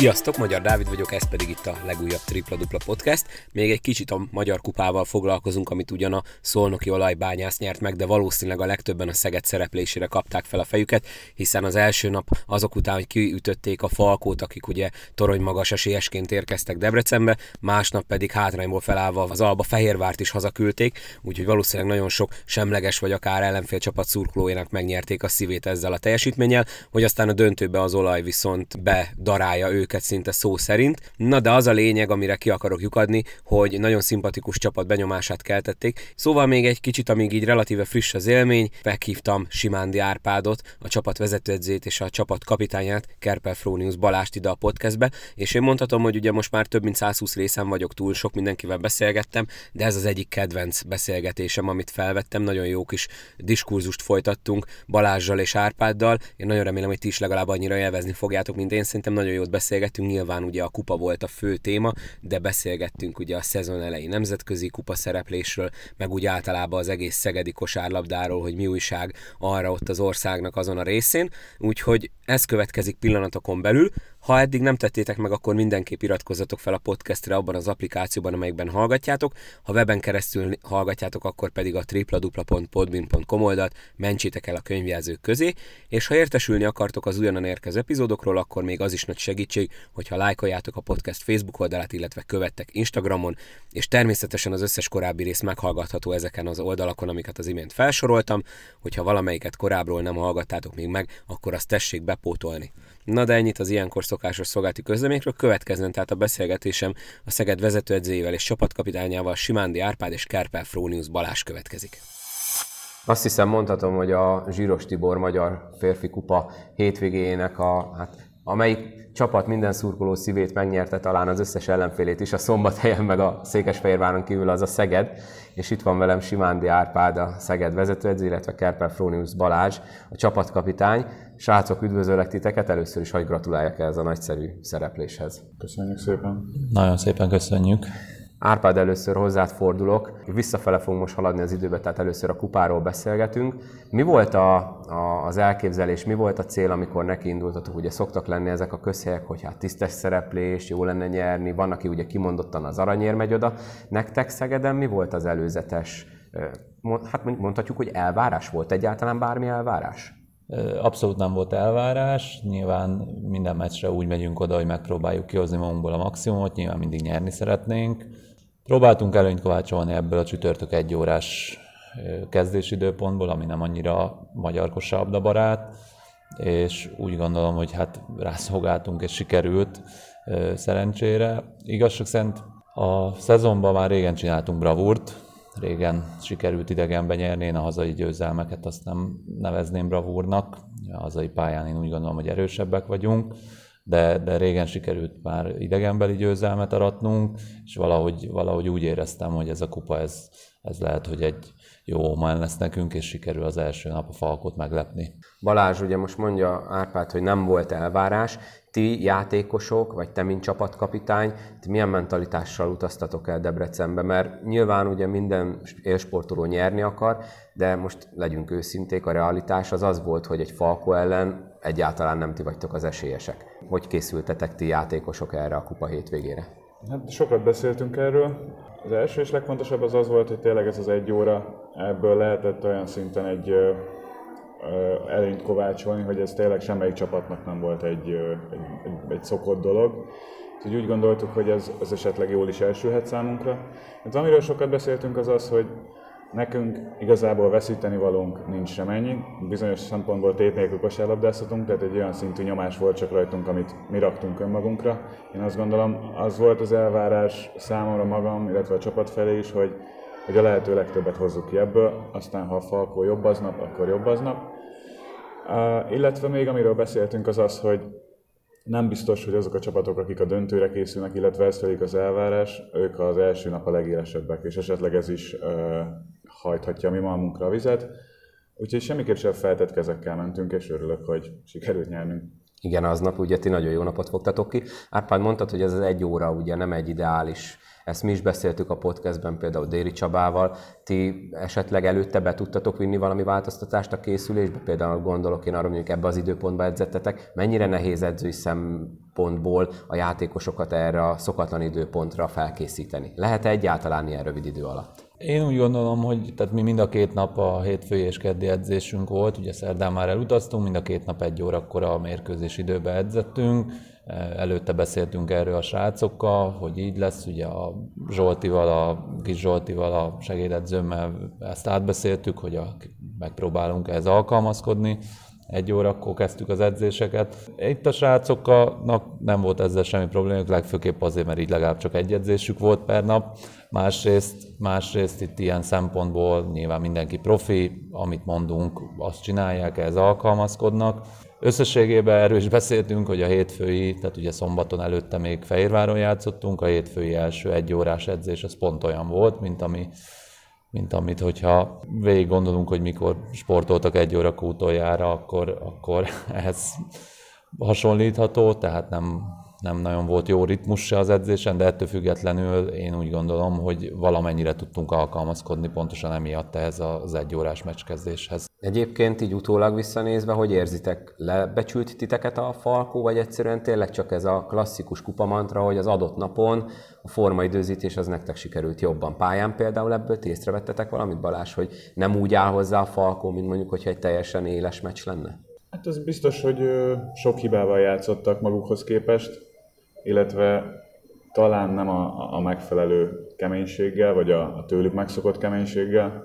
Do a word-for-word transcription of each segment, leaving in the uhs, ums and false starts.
Sziasztok, Magyar Dávid vagyok, ez pedig itt a legújabb Tripla Dupla Podcast. Még egy kicsit a Magyar Kupával foglalkozunk, amit ugyan a szolnoki olajbányász nyert meg, de valószínűleg a legtöbben a Szeged szereplésére kapták fel a fejüket, hiszen az első nap azok után, hogy kiütötték a Falkót, akik ugye toronymagas esélyesként érkeztek Debrecenbe, másnap pedig hátrányból felállva az Alba Fehérvárt is hazaküldték, úgyhogy valószínűleg nagyon sok semleges vagy akár ellenfél csapat szurkolóinak megnyerték a szívét ezzel a teljesítménnyel, hogy aztán a döntőbe az olaj viszont bedarálja őket szinte szó szerint. Na de az a lényeg, amire ki akarok lyukadni, hogy nagyon szimpatikus csapat benyomását keltették. Szóval még egy kicsit, amíg így relatíve friss az élmény, meghívtam Simándi Árpádot, a csapat vezetőedzőjét és a csapat kapitányát, Kerpel Frónius Balást ide a podcastbe, és én mondhatom, hogy ugye most már több mint száz húsz részen vagyok túl, sok mindenkivel beszélgettem, de ez az egyik kedvenc beszélgetésem, amit felvettem, nagyon jó kis diskurzust folytattunk Balázssal és Árpáddal. Én nagyon remélem, hogy ti is legalább annyira élvezni fogjátok, mint én, szerintem nagyon jót beszélgettünk. Nyilván ugye a kupa volt a fő téma, de beszélgettünk ugye a szezon elejé nemzetközi kupa szereplésről, meg úgy általában az egész szegedi kosárlabdáról, hogy mi újság arra ott az országnak azon a részén. Úgyhogy ez következik pillanatokon belül. Ha eddig nem tettétek meg, akkor mindenképp iratkozzatok fel a podcastre abban az applikációban, amelyikben hallgatjátok. Ha weben keresztül hallgatjátok, akkor pedig a tripladupla pont podbean pont com oldalt mentsétek el a könyvjelzők közé, és ha értesülni akartok az újonnan érkező epizódokról, akkor még az is nagy segítség, hogyha lájkoljátok a podcast Facebook oldalát, illetve követtek Instagramon, és természetesen az összes korábbi rész meghallgatható ezeken az oldalakon, amiket az imént felsoroltam. Hogyha valamelyiket korábbról nem hallgattátok még meg, akkor azt tessék bepótolni. Na de ennyit az ilyenkor szokásos szolgálati közleményekről, következzen tehát a beszélgetésem a Szeged vezetőedzőjével és csapatkapitányával, Simándi Árpád és Kerpel Frónius Balázs következik. Azt hiszem mondhatom, hogy a Zsíros Tibor Magyar Férfi Kupa hétvégéjének a, hát, amelyik csapat minden szurkoló szívét megnyerte, talán az összes ellenfélét is, a Szombathelyen meg a Székesfehérváron kívül az a Szeged, és itt van velem Simándi Árpád, a Szeged vezetőedző, illetve Kerpel Frónius Balázs, a csapatkapitány. Srácok, üdvözöllek titeket, először is hadd gratuláljak ehhez a nagyszerű szerepléshez. Köszönjük szépen. Nagyon szépen köszönjük. Árpád, először hozzád fordulok. Visszafele fogunk most haladni az időbe, tehát először a kupáról beszélgetünk. Mi volt a, a, az elképzelés, mi volt a cél, amikor nekiindultatok? Ugye szoktak lenni ezek a közhelyek, hogy hát tisztes szereplés, jó lenne nyerni, van, aki ugye kimondottan az aranyér megy oda. Nektek Szegeden mi volt az előzetes, hát mondhatjuk, hogy elvárás volt, egyáltalán bármi elvárás? Abszolút nem volt elvárás, nyilván minden meccsre úgy megyünk oda, hogy megpróbáljuk kihozni magunkból a maximumot, nyilván mindig nyerni szeretnénk. Próbáltunk előnyt kovácsolni ebből a csütörtök egy órás kezdési időpontból, ami nem annyira magyar kosárlabda barát, és úgy gondolom, hogy hát rászolgáltunk és sikerült szerencsére. Igazság szerint a szezonban már régen csináltunk bravúrt, régen sikerült idegenben nyerni, én a hazai győzelmeket azt nem nevezném bravúrnak. A hazai pályán én úgy gondolom, hogy erősebbek vagyunk, de, de régen sikerült már idegenbeli győzelmet aratnunk, és valahogy, valahogy úgy éreztem, hogy ez a kupa, ez, ez lehet, hogy egy jó omen lesz nekünk, és sikerül az első nap a Falkot meglepni. Balázs, ugye most mondja Árpád, hogy nem volt elvárás. Ti játékosok, vagy te, mint csapatkapitány, ti milyen mentalitással utaztatok el Debrecenbe? Mert nyilván ugye minden élsportoló nyerni akar, de most legyünk őszinték, a realitás az az volt, hogy egy Falko ellen egyáltalán nem ti vagytok az esélyesek. Hogy készültetek ti játékosok erre a kupa hétvégére? Hát sokat beszéltünk erről. Az első és legfontosabb az az volt, hogy tényleg ez az egy óra, ebből lehetett olyan szinten egy ö, ö, előnyt kovácsolni, hogy ez tényleg semmelyik csapatnak nem volt egy, ö, egy, egy, egy szokott dolog. Úgyhogy úgy gondoltuk, hogy ez, ez esetleg jól is elsülhet számunkra. Hát amiről sokat beszéltünk az az, hogy nekünk igazából veszíteni valónk nincs sem ennyi. Bizonyos szempontból tét nélkül kosárlabdázhatunk, tehát egy olyan szintű nyomás volt csak rajtunk, amit mi raktunk önmagunkra. Én azt gondolom, az volt az elvárás számomra magam, illetve a csapat felé is, hogy, hogy a lehető legtöbbet hozzuk ki ebből, aztán ha a Falkó jobb aznap, akkor jobb aznap. Uh, illetve még amiről beszéltünk az az, hogy nem biztos, hogy azok a csapatok, akik a döntőre készülnek, illetve ez felé az elvárás, ők az első nap a legélesebbek, és esetleg ez is uh, hajthatja mi magunkra a vizet. Úgyhogy semmiképp sem feltett kezekkel mentünk, és örülök, hogy sikerült nyernünk. Igen, aznap ugye ti nagyon jó napot fogtatok ki. Árpád, mondtad, hogy ez az egy óra ugye nem egy ideális. Ezt mi is beszéltük a podcastben például Déri Csabával. Ti esetleg előtte be tudtatok vinni valami változtatást a készülésbe? Például gondolok én arra, mondjuk ebbe az időpontba edzettetek. Mennyire nehéz edzői szempontból a játékosokat erre a szokatlan időpontra felkészíteni? Lehet-e egyáltalán ilyen rövid idő alatt? Én úgy gondolom, hogy tehát mi mind a két nap a hétfői és keddi edzésünk volt, ugye szerdán már elutaztunk, mind a két nap egy órakor a mérkőzés időbe edzettünk. Előtte beszéltünk erről a srácokkal, hogy így lesz, ugye a Zsoltival, a kis Zsoltival, a segédedzőmmel ezt átbeszéltük, hogy a, megpróbálunk ehhez alkalmazkodni. Egy órakor kezdtük az edzéseket. Itt a srácoknak nem volt ezzel semmi problémák, legfőképp azért, mert így legalább csak egy edzésük volt per nap. Másrészt, másrészt itt ilyen szempontból nyilván mindenki profi, amit mondunk, azt csinálják, ehhez alkalmazkodnak. Összességében erről is beszéltünk, hogy a hétfői, tehát ugye szombaton előtte még Fehérváron játszottunk, a hétfői első egy órás edzés az pont olyan volt, mint ami mint amit, hogyha végig gondolunk, hogy mikor sportoltak egy órakor utoljára, akkor, akkor ehhez hasonlítható, tehát nem, nem nagyon volt jó ritmus se az edzésen, de ettől függetlenül én úgy gondolom, hogy valamennyire tudtunk alkalmazkodni pontosan emiatt ehhez az egy órás meccskezdéshez. Egyébként így utólag visszanézve, hogy érzitek, lebecsült titeket a Falkó, vagy egyszerűen tényleg csak ez a klasszikus kupamantra, hogy az adott napon a formaidőzítés az nektek sikerült jobban? Pályán például ebből ti észrevettetek valamit, Balázs, hogy nem úgy áll hozzá a Falkó, mint mondjuk, hogyha egy teljesen éles meccs lenne? Hát az biztos, hogy sok hibával játszottak magukhoz képest, illetve talán nem a, a megfelelő keménységgel, vagy a, a tőlük megszokott keménységgel,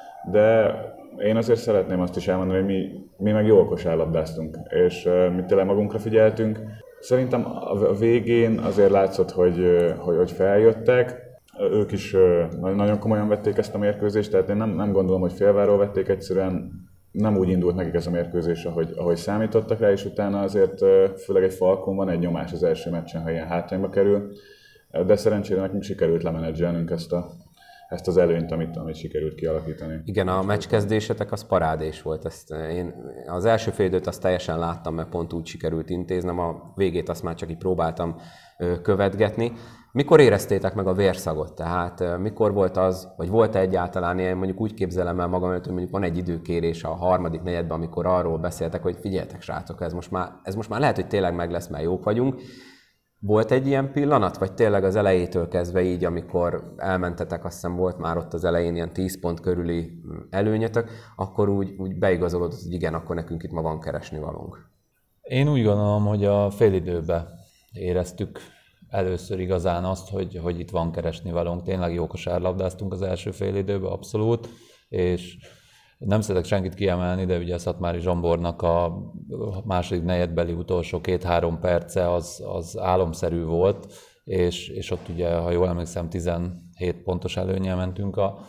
de én azért szeretném azt is elmondani, hogy mi, mi meg jól kosárlabdáztunk, és uh, mi tényleg magunkra figyeltünk. Szerintem a végén azért látszott, hogy, hogy, hogy feljöttek, ők is uh, nagyon komolyan vették ezt a mérkőzést, tehát én nem, nem gondolom, hogy félváról vették, egyszerűen nem úgy indult nekik ez a mérkőzés, ahogy, ahogy számítottak rá, és utána azért főleg egy Falkon van egy nyomás az első meccsen, ha ilyen hátrányba kerül, de szerencsére nekünk sikerült lemenedzselnünk ezt, a, ezt az előnyt, amit, amit sikerült kialakítani. Igen, a meccskezdésetek az parádés volt. Ezt én az első fél időt azt teljesen láttam, mert pont úgy sikerült intéznem, a végét azt már csak így próbáltam követgetni. Mikor éreztétek meg a vérszagot? Tehát mikor volt az, vagy volt-e egyáltalán ilyen, mondjuk úgy képzelem el magam előtt, hogy mondjuk van egy időkérés a harmadik negyedben, amikor arról beszéltek, hogy figyeljetek srácok, ez most, már, ez most már lehet, hogy tényleg meg lesz, mert jók vagyunk. Volt egy ilyen pillanat, vagy tényleg az elejétől kezdve így, amikor elmentetek, azt hiszem volt már ott az elején ilyen tíz pont körüli előnyetek, akkor úgy, úgy beigazolódott, hogy igen, akkor nekünk itt ma van keresni valónk. Én úgy gondolom, hogy a félidőben éreztük először igazán azt, hogy, hogy itt van keresni valónk. Tényleg jó kosárlabdáztunk az első fél időben, abszolút, és nem szeretek senkit kiemelni, de ugye a Szatmári Zsombornak a második negyedbeli utolsó két-három perce az, az álomszerű volt, és, és ott ugye, ha jól emlékszem, tizenhét pontos előnnyel mentünk a,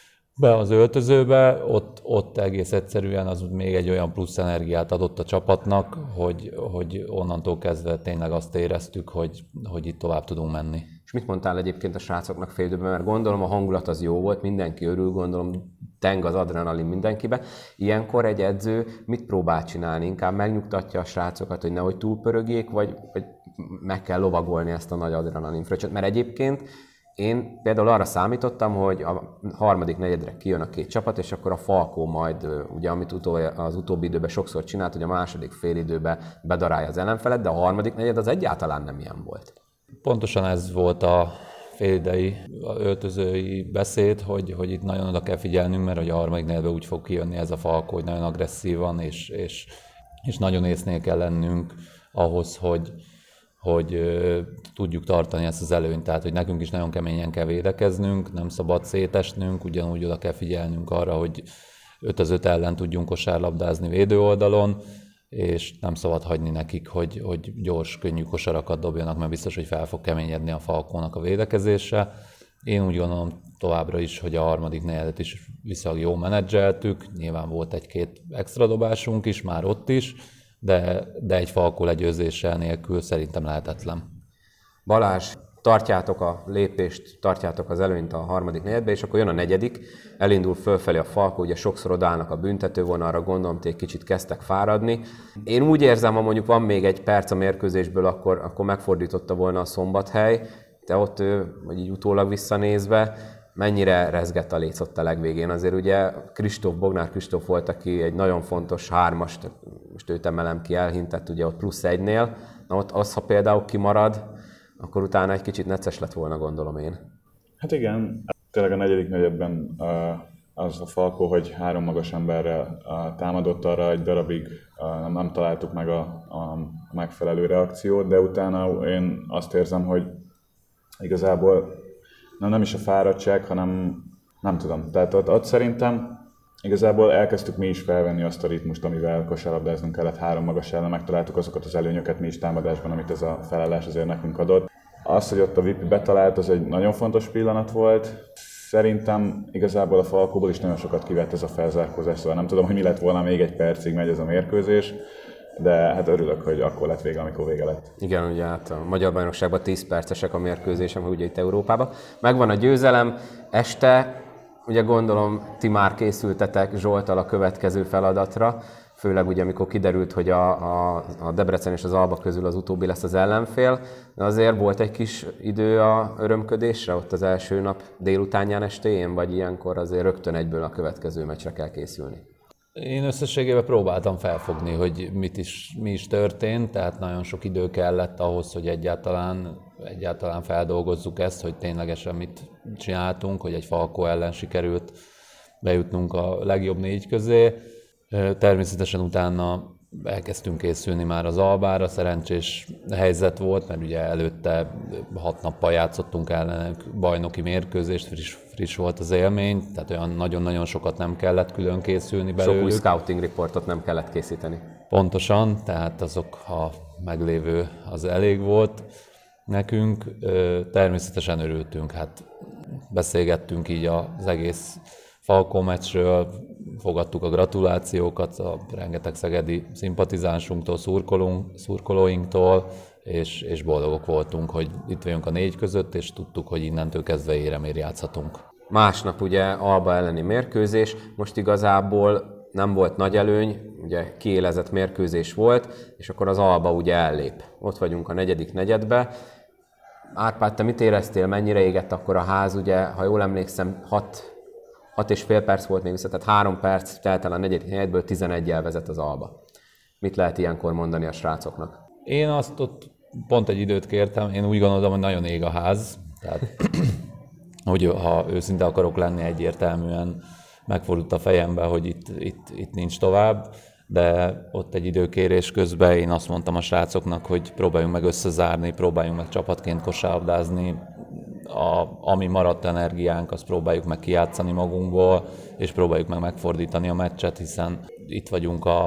be az öltözőbe, ott, ott egész egyszerűen az még egy olyan plusz energiát adott a csapatnak, hogy, hogy onnantól kezdve tényleg azt éreztük, hogy, hogy itt tovább tudunk menni. És mit mondtál egyébként a srácoknak fél időben, mert gondolom a hangulat az jó volt, mindenki örül, gondolom teng az adrenalin mindenkibe. Ilyenkor egy edző mit próbál csinálni? Inkább megnyugtatja a srácokat, hogy nehogy túlpörögjék, vagy, vagy meg kell lovagolni ezt a nagy adrenalin fröccsöt? Mert egyébként én például arra számítottam, hogy a harmadik negyedre kijön a két csapat, és akkor a Falkó majd, ugye amit utol, az utóbbi időben sokszor csinált, hogy a második félidőben bedarálja az ellenfelet, de a harmadik negyed az egyáltalán nem ilyen volt. Pontosan ez volt a félidei öltözői beszéd, hogy, hogy itt nagyon oda kell figyelnünk, mert hogy a harmadik negyedben úgy fog kijönni ez a Falkó, hogy nagyon agresszívan, és, és, és nagyon észnél kell lennünk ahhoz, hogy hogy ö, tudjuk tartani ezt az előnyt, tehát hogy nekünk is nagyon keményen kell védekeznünk, nem szabad szétesnünk, ugyanúgy oda kell figyelnünk arra, hogy öt az öt ellen tudjunk kosárlabdázni védő oldalon, és nem szabad hagyni nekik, hogy, hogy gyors, könnyű kosarakat dobjanak, mert biztos, hogy fel fog keményedni a Falkónak a védekezése. Én úgy gondolom továbbra is, hogy a harmadik negyedet is viszonylag jól menedzseltük, nyilván volt egy-két extra dobásunk is, már ott is, de, de egy Falkó legyőzése nélkül szerintem lehetetlen. Balázs, tartjátok a lépést, tartjátok az előnyt a harmadik negyedbe, és akkor jön a negyedik, elindul fölfelé a Falkó, ugye sokszor odállnak a büntetővonalra, gondolom, ti kicsit kezdtek fáradni. Én úgy érzem, ha mondjuk van még egy perc a mérkőzésből, akkor, akkor megfordította volna a Szombathely, de ott, vagy így utólag visszanézve, mennyire rezgett a léc ott a legvégén. Azért ugye Kristóf, Bognár Kristóf volt, aki egy nagyon fontos hármast, most őt emelem ki, elhintett ugye ott plusz egynél. Na ott az, ha például kimarad, akkor utána egy kicsit necces lett volna, gondolom én. Hát igen, tényleg a negyedik negyedben az a Falkó, hogy három magas emberrel támadott, arra egy darabig nem találtuk meg a, a megfelelő reakciót, de utána én azt érzem, hogy igazából nem, nem is a fáradtság, hanem nem tudom. Tehát ott, ott szerintem igazából elkezdtük mi is felvenni azt a ritmust, amivel kosárlabdáznunk kellett három magas ellen, megtaláltuk azokat az előnyöket mi is támadásban, amit ez a felállás azért nekünk adott. Az, hogy ott a Vipi betalált, az egy nagyon fontos pillanat volt. Szerintem igazából a Falkóból is nagyon sokat kivett ez a felzárkózás, szóval nem tudom, hogy mi lett volna, még egy percig megy ez a mérkőzés, de hát örülök, hogy akkor lett vége, amikor vége lett. Igen, ugye hát a Magyar Bajnokságban tíz percesek a mérkőzések, ugye itt Európában. Megvan a győzelem, este, ugye gondolom, ti már készültetek Zsolttal a következő feladatra, főleg ugye amikor kiderült, hogy a, a, a Debrecen és az Alba közül az utóbbi lesz az ellenfél, de azért volt egy kis idő a örömködésre ott az első nap délutánján estéjén, vagy ilyenkor azért rögtön egyből a következő meccsre kell készülni? Én összességében próbáltam felfogni, hogy mit is, mi is történt, tehát nagyon sok idő kellett ahhoz, hogy egyáltalán, egyáltalán feldolgozzuk ezt, hogy ténylegesen mit csináltunk, hogy egy Falkó ellen sikerült bejutnunk a legjobb négy közé. Természetesen utána elkezdtünk készülni már az Albára, szerencsés helyzet volt, mert ugye előtte hat nappal játszottunk ellenük bajnoki mérkőzést, friss, friss volt az élmény, tehát olyan nagyon-nagyon sokat nem kellett külön készülni belőlük. Sok új scouting reportot nem kellett készíteni. Pontosan, tehát azok, ha meglévő, az elég volt nekünk. Természetesen örültünk, hát beszélgettünk így az egész Falkó meccsről, fogadtuk a gratulációkat a rengeteg szegedi szimpatizánsunktól, szurkolónk, szurkolóinktól, és, és boldogok voltunk, hogy itt vagyunk a négy között, és tudtuk, hogy innentől kezdve éremér játszhatunk. Másnap ugye Alba elleni mérkőzés, most igazából nem volt nagy előny, ugye kiélezett mérkőzés volt, és akkor az Alba ugye ellép. Ott vagyunk a negyedik negyedbe. Árpád, te mit éreztél, mennyire égett akkor a ház, ugye, ha jól emlékszem, hat Hat és fél perc volt még vissza, tehát három perc telt el a negyedik negyedből, tizeneggyel vezet az Alba. Mit lehet ilyenkor mondani a srácoknak? Én azt ott pont egy időt kértem, én úgy gondolom, hogy nagyon ég a ház, tehát hogy ha őszinte akarok lenni, egyértelműen megfordult a fejembe, hogy itt, itt, itt nincs tovább, de ott egy időkérés közben én azt mondtam a srácoknak, hogy próbáljunk meg összezárni, próbáljunk meg csapatként kosárlabdázni, A, ami maradt energiánk, azt próbáljuk meg kijátszani magunkból, és próbáljuk meg megfordítani a meccset, hiszen itt vagyunk a,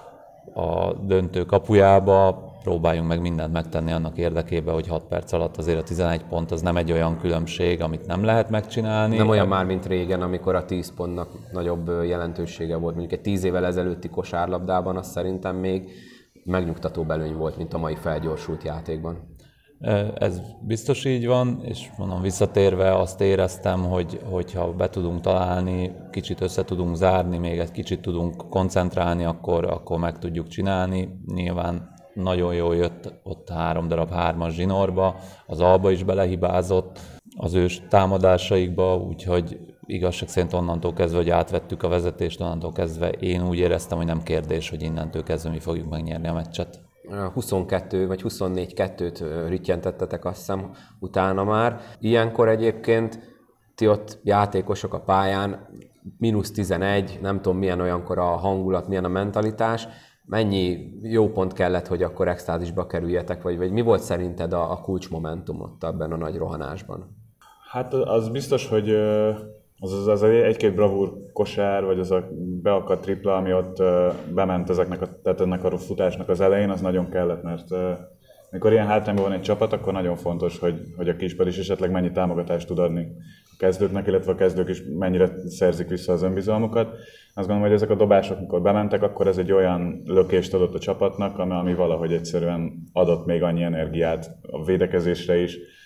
a döntő kapujába, próbáljunk meg mindent megtenni annak érdekében, hogy hat perc alatt azért a tizenegy pont az nem egy olyan különbség, amit nem lehet megcsinálni. Nem olyan már, mint régen, amikor a tíz pontnak nagyobb jelentősége volt. Mondjuk egy tíz évvel ezelőtti kosárlabdában, az szerintem még megnyugtatóbb előny volt, mint a mai felgyorsult játékban. Ez biztos így van, és mondom, visszatérve azt éreztem, hogy hogyha be tudunk találni, kicsit össze tudunk zárni, még egy kicsit tudunk koncentrálni, akkor, akkor meg tudjuk csinálni. Nyilván nagyon jól jött ott három darab hármas zsinórba, az Alba is belehibázott az ős támadásaikba, úgyhogy igazság szerint onnantól kezdve, hogy átvettük a vezetést, onnantól kezdve én úgy éreztem, hogy nem kérdés, hogy innentől kezdve mi fogjuk megnyerni a meccset. huszonkettő vagy huszonnégy kettőt rittyentettetek, azt hiszem, utána már. Ilyenkor egyébként ti ott játékosok a pályán, mínusz tizenegy, nem tudom milyen olyankor a hangulat, milyen a mentalitás, mennyi jó pont kellett, hogy akkor extázisba kerüljetek, vagy, vagy mi volt szerinted a, a kulcsmomentum ott ebben a nagy rohanásban? Hát az biztos, hogy az, az, az egy-két bravúr kosár, vagy az a beakadt tripla, ami ott bement ezeknek a, tehát ennek a futásnak az elején, az nagyon kellett, mert amikor ilyen hátrányban van egy csapat, akkor nagyon fontos, hogy, hogy a kispad is esetleg mennyi támogatást tud adni a kezdőknek, illetve a kezdők is mennyire szerzik vissza az önbizalmukat. Azt gondolom, hogy ezek a dobások, amikor bementek, akkor ez egy olyan lökést adott a csapatnak, ami, ami valahogy egyszerűen adott még annyi energiát a védekezésre is,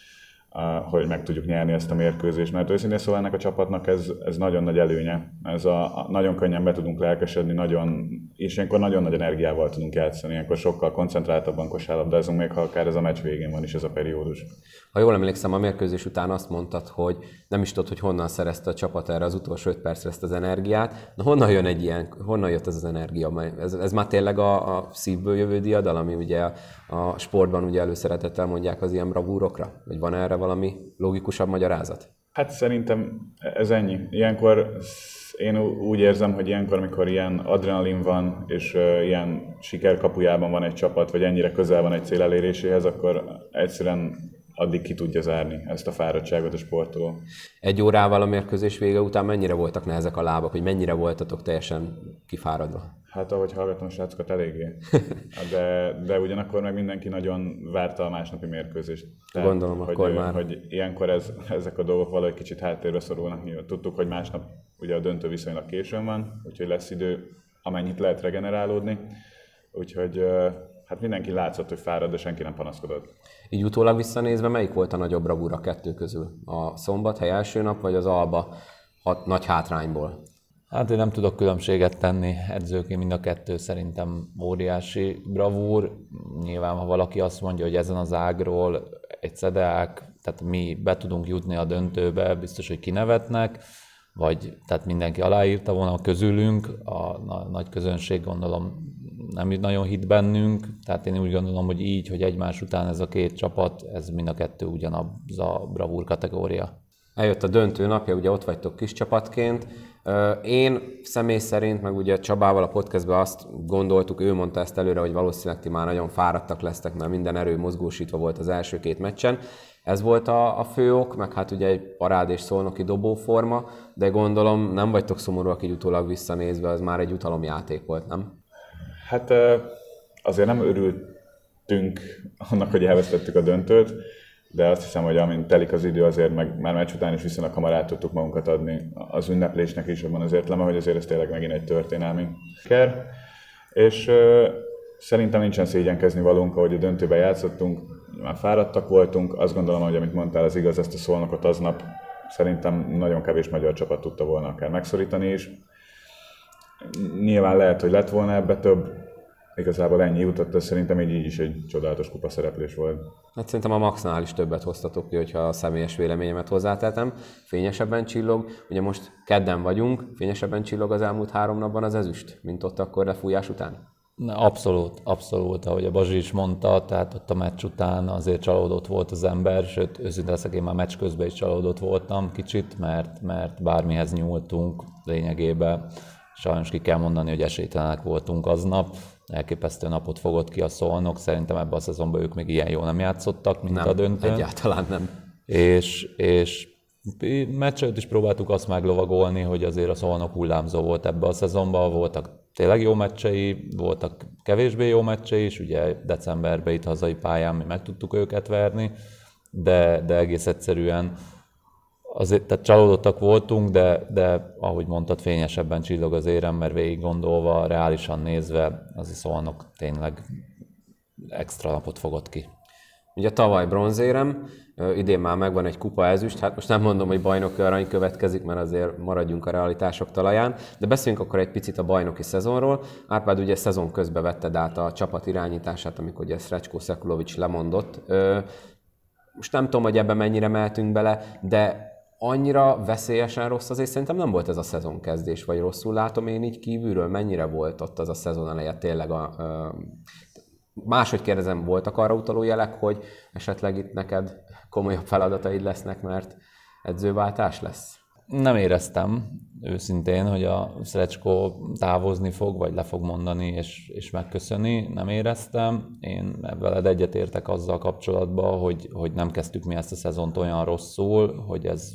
hogy meg tudjuk nyerni ezt a mérkőzést, mert őszintén szóval ennek a csapatnak ez, ez nagyon nagy előnye. Ez a, a, nagyon könnyen be tudunk lelkesedni, nagyon, és ilyenkor nagyon nagy energiával tudunk játszani, ilyenkor sokkal koncentráltabban kosárlabdázunk, még ha akár ez a meccs végén van is ez a periódus. Ha jól emlékszem, a mérkőzés után azt mondtad, hogy nem is tudod, hogy honnan szerezte a csapat erre az utolsó öt percre ezt az energiát. Na honnan jön egy ilyen, honnan jött ez az energia? Ez, ez már tényleg a, a szívből jövő diadal, ami ugye a, a sportban ugye előszeretettel mondják az ilyen bravúrokra? Vagy van erre valami logikusabb magyarázat? Hát szerintem ez ennyi. Ilyenkor én úgy érzem, hogy ilyenkor, amikor ilyen adrenalin van, és uh, ilyen sikerkapujában van egy csapat, vagy ennyire közel van egy cél eléréséhez, akkor egyszerűen addig ki tudja zárni ezt a fáradtságot a sportoló. Egy órával a mérkőzés vége után mennyire voltak nehezek a lábak, hogy mennyire voltatok teljesen kifáradva? Hát ahogy hallgatom a srácokat, eléggé. De, de ugyanakkor meg mindenki nagyon várta a másnapi mérkőzést. Tehát, Gondolom, hogy, akkor már. Hogy ilyenkor ez, ezek a dolgok valahogy kicsit háttérbe szorulnak. Tudtuk, hogy másnap ugye a döntő viszonylag későn van, úgyhogy lesz idő, amennyit lehet regenerálódni. Úgyhogy hát mindenki látszott, hogy fárad, de senki nem panaszkodott. Így utólag visszanézve, melyik volt a nagyobb bravúra a kettő közül? A Szombathely első nap, vagy az Alba hat, nagy hátrányból? Hát én nem tudok különbséget tenni edzőként, mind a kettő szerintem óriási bravúr. Nyilván, ha valaki azt mondja, hogy ezen az ágról egy szedeák, tehát mi be tudunk jutni a döntőbe, biztos, hogy kinevetnek, vagy tehát mindenki aláírta volna közülünk, a, a nagy közönség gondolom nem nagyon hitt bennünk, tehát én úgy gondolom, hogy így, hogy egymás után ez a két csapat, ez mind a kettő ugyanaz a bravúr kategória. Eljött a döntő napja, ugye ott vagytok kis csapatként. Én személy szerint, meg ugye Csabával a podcastben azt gondoltuk, ő mondta ezt előre, hogy valószínűleg ti már nagyon fáradtak lesztek, mert minden erő mozgósítva volt az első két meccsen. Ez volt a, a fő ok, meg hát ugye egy parád és szolnoki dobóforma, de gondolom nem vagytok szomorúak így utólag visszanézve, az már egy utalomjáték volt, nem? Hát azért nem örültünk annak, hogy elvesztettük a döntőt, de azt hiszem, hogy amint telik az idő, azért meg már meccs után is viszonylag hamar át tudtuk magunkat adni az ünneplésnek is abban az értelemben, hogy azért ez tényleg megint egy történelmi siker. És uh, szerintem nincsen szégyenkezni valónk, ahogy a döntőben játszottunk, már fáradtak voltunk, azt gondolom, hogy amit mondtál, az igaz, ezt a Szolnokot aznap szerintem nagyon kevés magyar csapat tudta volna akár megszorítani is. Nyilván lehet, hogy lett volna ebbe több, igazából ennyi jutott, ez szerintem így, így is egy csodálatos kupa szereplés volt. Hát szerintem a Maxnál is többet hoztatok ki, hogyha a személyes véleményemet hozzátettem. Fényesebben csillog, ugye most kedden vagyunk, fényesebben csillog az elmúlt három napban az ezüst, mint ott akkor lefújás után? Abszolút, abszolút, ahogy a Bazsi is mondta, tehát ott a meccs után azért csalódott volt az ember, sőt, őszintén leszek, én már meccs közben is csalódott voltam kicsit, mert, mert bármihez nyúltunk lényegében. Sajnos ki kell mondani, hogy esélytelenek voltunk aznap. Elképesztő napot fogott ki a Szolnok. Szerintem ebben a szezonban ők még ilyen jól nem játszottak, mint nem, a döntőn. Egyáltalán nem. És, és meccs előtt is próbáltuk azt meglovagolni, hogy azért a Szolnok hullámzó volt ebben a szezonban. Voltak tényleg jó meccsei, voltak kevésbé jó meccsei is. Ugye decemberben itt hazai pályán mi meg tudtuk őket verni, de, de egész egyszerűen azért, tehát csalódottak voltunk, de, de ahogy mondtad, fényesebben csillog az érem, mert végig gondolva, reálisan nézve, az Szolnok tényleg extra napot fogott ki. Ugye tavaly bronzérem, idén már megvan egy kupa ezüst, hát most nem mondom, hogy bajnoki arany következik, mert azért maradjunk a realitások talaján, de beszéljünk akkor egy picit a bajnoki szezonról. Árpád ugye szezon közben vetted át a csapat irányítását, amikor ugye Srećko Sekulović lemondott. Most nem tudom, hogy ebben mennyire mehetünk bele, de annyira veszélyesen rossz azért szerintem nem volt ez a szezonkezdés, vagy rosszul látom én így kívülről, mennyire volt ott az a szezon eleje tényleg a... a máshogy kérdezem, voltak arra utaló jelek, hogy esetleg itt neked komolyabb feladataid lesznek, mert edzőváltás lesz? Nem éreztem őszintén, hogy a Srećko távozni fog, vagy le fog mondani és, és megköszöni. Nem éreztem. Én veled egyetértek azzal kapcsolatban, hogy, hogy nem kezdtük mi ezt a szezont olyan rosszul, hogy ez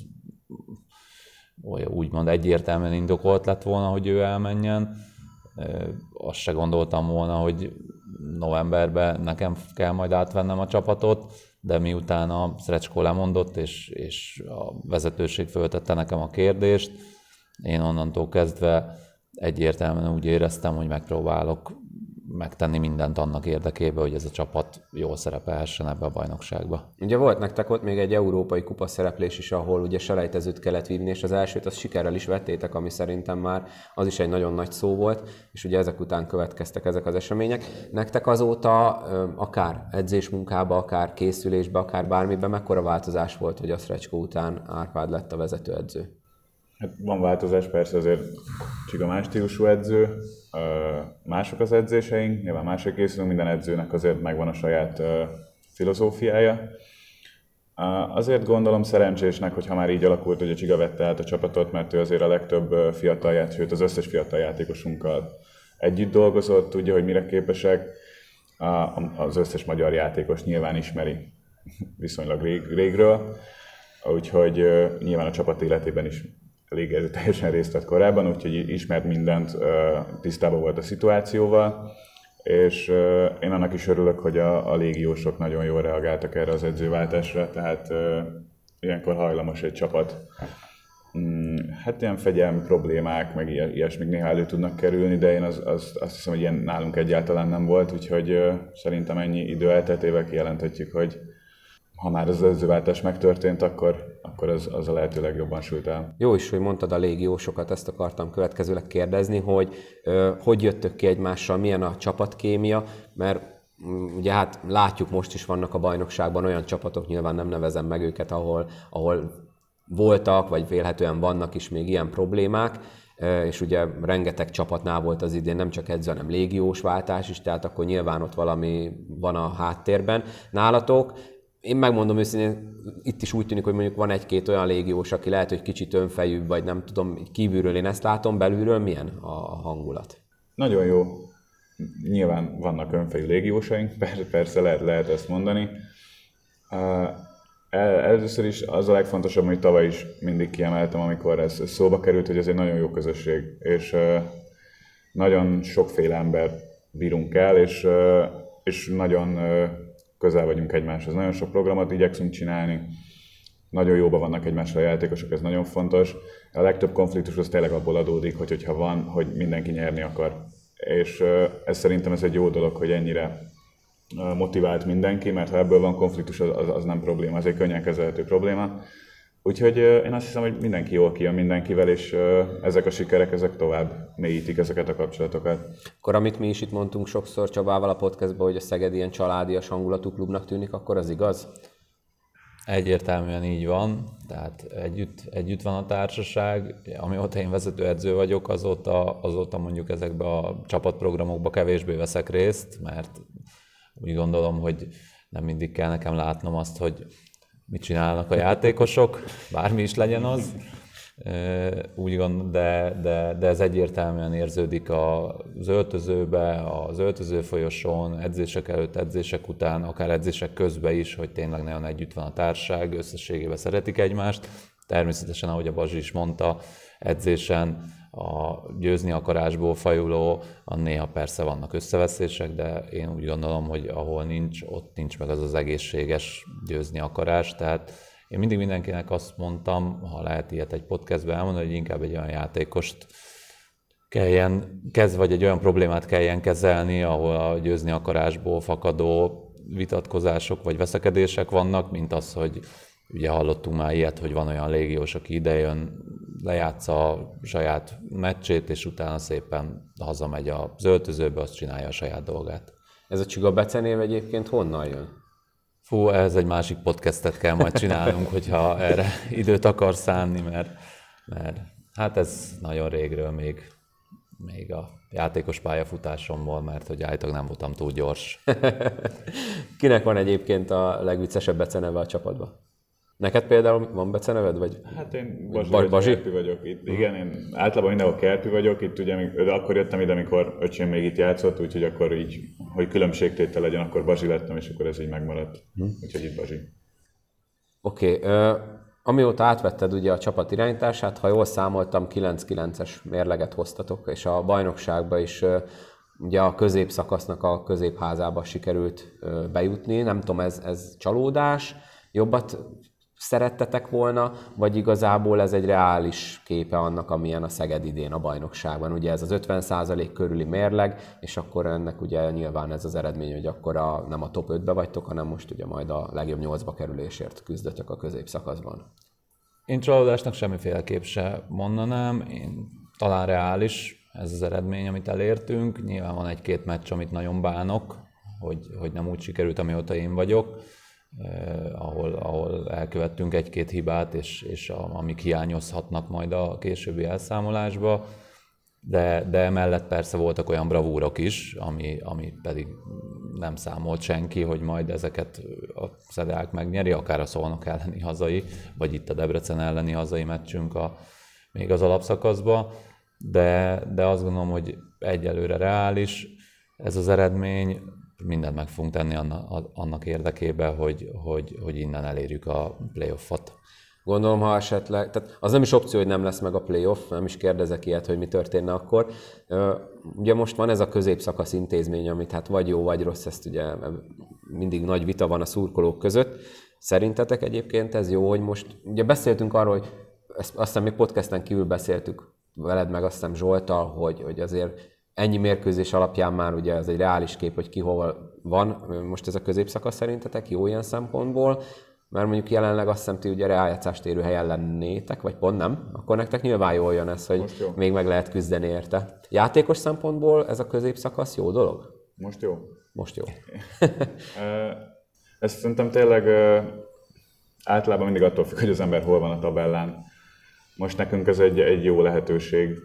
úgymond egyértelműen indokolt lett volna, hogy ő elmenjen. Azt se gondoltam volna, hogy novemberben nekem kell majd átvennem a csapatot, de miután a Srećko lemondott, és, és a vezetőség föltette nekem a kérdést, én onnantól kezdve egyértelműen úgy éreztem, hogy megpróbálok megtenni mindent annak érdekében, hogy ez a csapat jól szerepelhessen ebbe a bajnokságba. Ugye volt nektek ott még egy európai kupa szereplés is, ahol ugye selejtezőt kellett vívni, és az elsőt azt sikerrel is vettétek, ami szerintem már az is egy nagyon nagy szó volt, és ugye ezek után következtek ezek az események. Nektek azóta akár edzésmunkába, akár készülésbe, akár bármiben mekkora változás volt, hogy a Szrecskó után Árpád lett a vezetőedző? Hát van változás, persze azért Csiga más stílusú edző, mások az edzéseink, nyilván mások készülünk, minden edzőnek azért megvan a saját filozófiája. Azért gondolom szerencsésnek, hogy ha már így alakult, hogy a Csiga vette át a csapatot, mert ő azért a legtöbb fiatal játékos, sőt az összes fiatal játékosunkkal együtt dolgozott, tudja, hogy mire képesek. Az összes magyar játékos nyilván ismeri viszonylag rég, régről, úgyhogy nyilván a csapat életében is elég erőteljesen részt vett korábban, úgyhogy ismert mindent, tisztában volt a szituációval, és én annak is örülök, hogy a, a légiósok nagyon jól reagáltak erre az edzőváltásra, tehát ilyenkor hajlamos egy csapat. Hát ilyen fegyelmi problémák, meg ilyesmik néha elő tudnak kerülni, de én az, az, azt hiszem, hogy ilyen nálunk egyáltalán nem volt, úgyhogy szerintem ennyi idő elteltével kijelenthetjük, hogy ha már az edzőváltás megtörtént, akkor, akkor az, az a lehető legjobban sült el. Jó is, hogy mondtad a légiósokat, ezt akartam következőleg kérdezni, hogy ö, hogy jöttök ki egymással, milyen a csapatkémia, mert ugye hát látjuk, most is vannak a bajnokságban olyan csapatok, nyilván nem nevezem meg őket, ahol, ahol voltak, vagy vélhetően vannak is még ilyen problémák, és ugye rengeteg csapatnál volt az idén nem csak edző, hanem légiós váltás is, tehát akkor nyilván ott valami van a háttérben. Nálatok, én megmondom őszintén, itt is úgy tűnik, hogy mondjuk van egy-két olyan légiós, aki lehet, hogy kicsit önfejűbb, vagy nem tudom, kívülről én ezt látom, belülről milyen a hangulat? Nagyon jó. Nyilván vannak önfejű légiósaink, persze lehet, lehet ezt mondani. Először is az a legfontosabb, hogy tavaly is mindig kiemeltem, amikor ez szóba került, hogy ez egy nagyon jó közösség, és nagyon sokféle ember bírunk el, és, és nagyon közel vagyunk egymáshoz. Nagyon sok programot igyekszünk csinálni, nagyon jóban vannak egymásra a játékosok, ez nagyon fontos. A legtöbb konfliktus az tényleg abból adódik, hogy, hogyha van, hogy mindenki nyerni akar. És ez szerintem ez egy jó dolog, hogy ennyire motivált mindenki, mert ha ebből van konfliktus, az, az nem probléma, az egy könnyen kezelhető probléma. Úgyhogy én azt hiszem, hogy mindenki jól kijön mindenkivel, és ezek a sikerek, ezek tovább mélyítik ezeket a kapcsolatokat. Akkor amit mi is itt mondtunk sokszor Csabával a podcastban, hogy a Szeged ilyen családias hangulatú klubnak tűnik, akkor az igaz? Egyértelműen így van, tehát együtt, együtt van a társaság. Amióta én vezetőedző vagyok, azóta, azóta mondjuk ezekbe a csapatprogramokba kevésbé veszek részt, mert úgy gondolom, hogy nem mindig kell nekem látnom azt, hogy mit csinálnak a játékosok, bármi is legyen az. Úgy gond, de, de, de ez egyértelműen érződik az öltözőbe, az öltöző folyosón, edzések előtt, edzések után, akár edzések közben is, hogy tényleg nagyon együtt van a társaság, összességében szeretik egymást. Természetesen, ahogy a Bazsi is mondta, edzésen a győzni akarásból fajuló, néha persze vannak összeveszések, de én úgy gondolom, hogy ahol nincs, ott nincs meg az az egészséges győzni akarás. Tehát én mindig mindenkinek azt mondtam, ha lehet ilyet egy podcastben elmondani, hogy inkább egy olyan játékost kelljen kezd, vagy egy olyan problémát kelljen kezelni, ahol a győzni akarásból fakadó vitatkozások vagy veszekedések vannak, mint az, hogy ugye hallottunk már ilyet, hogy van olyan légiós, aki idejön, lejátsza a saját meccsét, és utána szépen hazamegy az öltözőbe, azt csinálja a saját dolgát. Ez a Csiga becenév egyébként honnan jön? Fú, ez egy másik podcastet kell majd csinálnunk, hogyha erre időt akar szánni, mert, mert hát ez nagyon régről még, még a játékos pályafutásomból, mert hogy állítólag nem voltam túl gyors. Kinek van egyébként a legviccesebb beceneve a csapatban? Neked például van beceneved, vagy? Hát én Bazsi, Ba- Bazsi? Kertű vagyok itt. Igen, én általában mindenhol Kertű vagyok. Itt ugye, akkor jöttem ide, amikor öcsém még itt játszott, úgyhogy akkor így, hogy különbségtétel legyen, akkor Bazsi lettem, és akkor ez így megmaradt. Hm. Úgyhogy itt Bazsi. Oké. Okay, uh, amióta átvetted ugye a csapat irányítását, ha jól számoltam, kilenc kilences mérleget hoztatok, és a bajnokságba is uh, ugye a középszakasznak a középházába sikerült uh, bejutni. Nem tudom, ez, ez csalódás, jobbat szerettetek volna, vagy igazából ez egy reális képe annak, amilyen a Szeged idén a bajnokságban. Ugye ez az ötven százalék körüli mérleg, és akkor ennek ugye nyilván ez az eredmény, hogy akkor a, nem a top ötbe vagytok, hanem most ugye majd a legjobb nyolcba kerülésért küzdötök a középszakaszban. Én csalódásnak semmiféleképp se mondanám, én talán reális ez az eredmény, amit elértünk. Nyilván van egy-két meccs, amit nagyon bánok, hogy, hogy nem úgy sikerült, amióta én vagyok, eh, ahol, ahol elkövettünk egy-két hibát, és, és a, amik hiányozhatnak majd a későbbi elszámolásba. De, de emellett persze voltak olyan bravúrok is, ami, ami pedig nem számolt senki, hogy majd ezeket a Szedák megnyeri, akár a Szolnok elleni hazai, vagy itt a Debrecen elleni hazai meccsünk a, még az alapszakaszban. De, de azt gondolom, hogy egyelőre reális ez az eredmény, mindent meg fogunk tenni annak, annak érdekében, hogy, hogy, hogy innen elérjük a playoffot. Gondolom, ha esetleg, tehát az nem is opció, hogy nem lesz meg a playoff, nem is kérdezek ilyet, hogy mi történne akkor. Ugye most van ez a középszakasz intézmény, amit hát vagy jó, vagy rossz, ezt ugye mindig nagy vita van a szurkolók között. Szerintetek egyébként ez jó, hogy most, ugye beszéltünk arról, hogy ezt aztán még podcasten kívül beszéltük veled, meg azt hiszem Zsolttal, hogy, hogy azért ennyi mérkőzés alapján már ugye ez egy reális kép, hogy ki hol van. Most ez a középszakasz szerintetek jó ilyen szempontból? Mert mondjuk jelenleg azt hiszem, ti ugye rájátszást érő helyen lennétek, vagy pont nem, akkor nektek nyilván jól jön ez, hogy még meg lehet küzdeni érte. Játékos szempontból ez a középszakasz jó dolog? Most jó. Most jó. Ez szerintem tényleg általában mindig attól függ, hogy az ember hol van a tabellán. Most nekünk ez egy, egy jó lehetőség.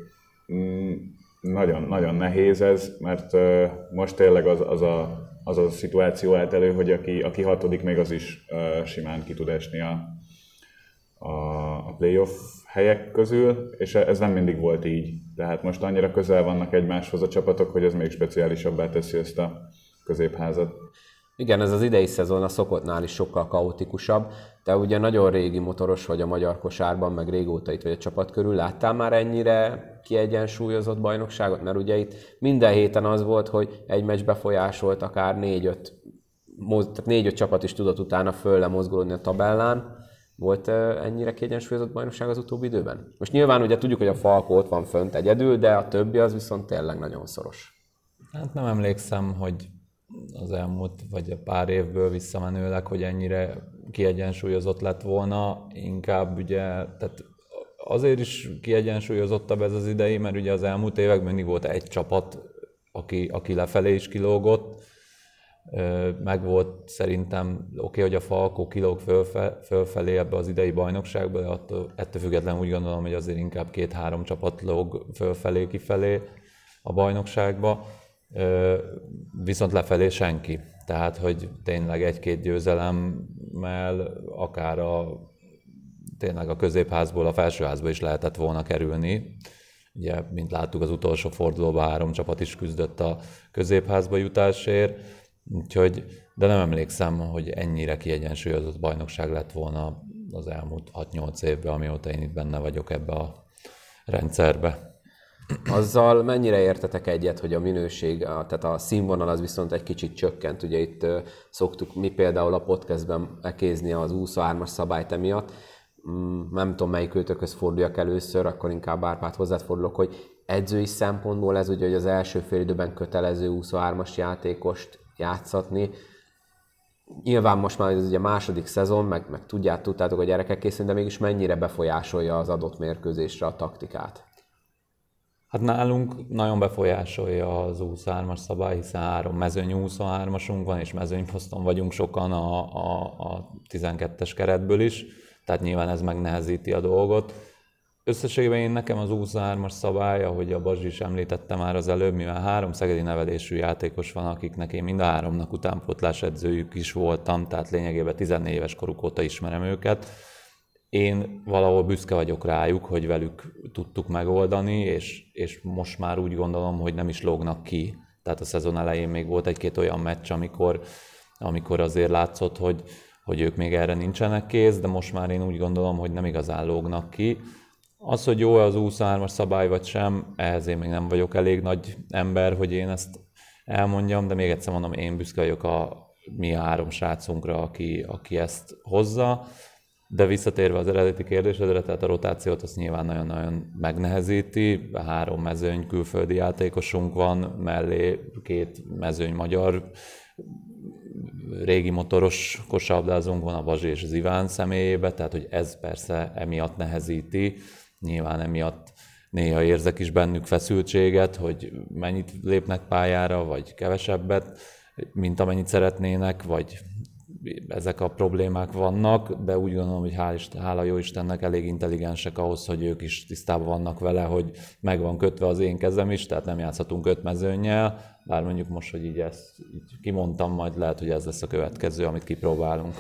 Nagyon, nagyon nehéz ez, mert most tényleg az, az a az a szituáció állt elő, hogy aki, aki hatodik, még az is uh, simán ki tud esni a, a, a playoff helyek közül, és ez nem mindig volt így. Tehát most annyira közel vannak egymáshoz a csapatok, hogy ez még speciálisabbá teszi ezt a középházat. Igen, ez az idei szezon a szokottnál is sokkal kaotikusabb. Te ugye nagyon régi motoros vagy a magyar kosárban, meg régóta itt vagy a csapat körül. Láttál már ennyire kiegyensúlyozott bajnokságot? Mert ugye itt minden héten az volt, hogy egy meccs befolyásolt akár négy-öt, tehát négy-öt csapat is tudott utána fölle mozgolódni a tabellán. Volt ennyire kiegyensúlyozott bajnokság az utóbbi időben? Most nyilván ugye tudjuk, hogy a Falko ott van fönt egyedül, de a többi az viszont tényleg nagyon szoros. Hát nem emlékszem, hogy az elmúlt vagy a pár évből visszamenőleg, hogy ennyire kiegyensúlyozott lett volna, inkább ugye, tehát azért is kiegyensúlyozottabb ez az idei, mert ugye az elmúlt években mindig volt egy csapat, aki, aki lefelé is kilógott, meg volt szerintem, oké, okay, hogy a Falko kilóg fölfe, fölfelé ebbe az idei bajnokságba, de attól, ettől függetlenül úgy gondolom, hogy azért inkább két-három csapat lóg fölfelé, kifelé a bajnokságba. Viszont lefelé senki. Tehát, hogy tényleg egy-két győzelemmel akár a, tényleg a középházból a felsőházba is lehetett volna kerülni. Ugye, mint láttuk, az utolsó fordulóban három csapat is küzdött a középházba jutásért. Úgyhogy, de nem emlékszem, hogy ennyire kiegyensúlyozott bajnokság lett volna az elmúlt hat-nyolc évben, amióta én itt benne vagyok ebbe a rendszerbe. Azzal mennyire értetek egyet, hogy a minőség, tehát a színvonal az viszont egy kicsit csökkent? Ugye itt szoktuk mi például a podcastben ekézni az huszonhármas szabályt emiatt. Nem tudom, melyik őtökhöz forduljak először, akkor inkább Árpád hozzád fordulok, hogy edzői szempontból ez ugye, hogy az első fél időben kötelező huszonhármas játékost játszatni. Nyilván most már ez ugye második szezon, meg, meg tudját, tudtátok a gyerekek készülni, de mégis mennyire befolyásolja az adott mérkőzésre a taktikát? Hát nálunk nagyon befolyásolja az huszonhármas szabály, hiszen három mezőny huszonhármasunk van, és mezőnyposzton vagyunk sokan a, a, a tizenkettes keretből is, tehát nyilván ez megnehezíti a dolgot. Összességében én nekem az huszonhármas szabály, ahogy a Bazsi is említette már az előbb, mivel három szegedi nevelésű játékos van, akiknek én mind a háromnak utánpótlás edzőjük is voltam, tehát lényegében tizennégy éves koruk óta ismerem őket. Én valahol büszke vagyok rájuk, hogy velük tudtuk megoldani, és, és most már úgy gondolom, hogy nem is lógnak ki. Tehát a szezon elején még volt egy-két olyan meccs, amikor, amikor azért látszott, hogy, hogy ők még erre nincsenek kész, de most már én úgy gondolom, hogy nem igazán lógnak ki. Az, hogy jó az huszonhármas szabály vagy sem, ehhez én még nem vagyok elég nagy ember, hogy én ezt elmondjam, de még egyszer mondom, én büszke vagyok a mi három srácunkra, aki, aki ezt hozza. De visszatérve az eredeti kérdésedre, tehát a rotációt azt nyilván nagyon-nagyon megnehezíti. Három mezőny külföldi játékosunk van, mellé két mezőny magyar régi motoros kosárlabdázónk van, a Bazsi és az Iván személyébe, tehát hogy ez persze emiatt nehezíti. Nyilván emiatt néha érzek is bennük feszültséget, hogy mennyit lépnek pályára, vagy kevesebbet, mint amennyit szeretnének, vagy ezek a problémák vannak, de úgy gondolom, hogy hál' Isten, hála jó Istennek elég intelligensek ahhoz, hogy ők is tisztában vannak vele, hogy meg van kötve az én kezem is, tehát nem játszhatunk öt mezőnnyel, bár mondjuk most, hogy így ezt így kimondtam, majd lehet, hogy ez lesz a következő, amit kipróbálunk.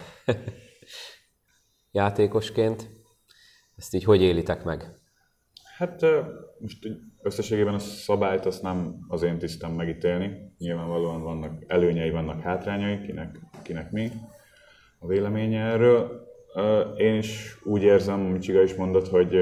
Játékosként ezt így hogy élitek meg? Hát most összességében a szabályt azt nem az én tisztem megítélni. Nyilvánvalóan vannak előnyei, vannak hátrányai, kinek, kinek mi a véleménye erről. Én is úgy érzem, amit Csiga is mondott, hogy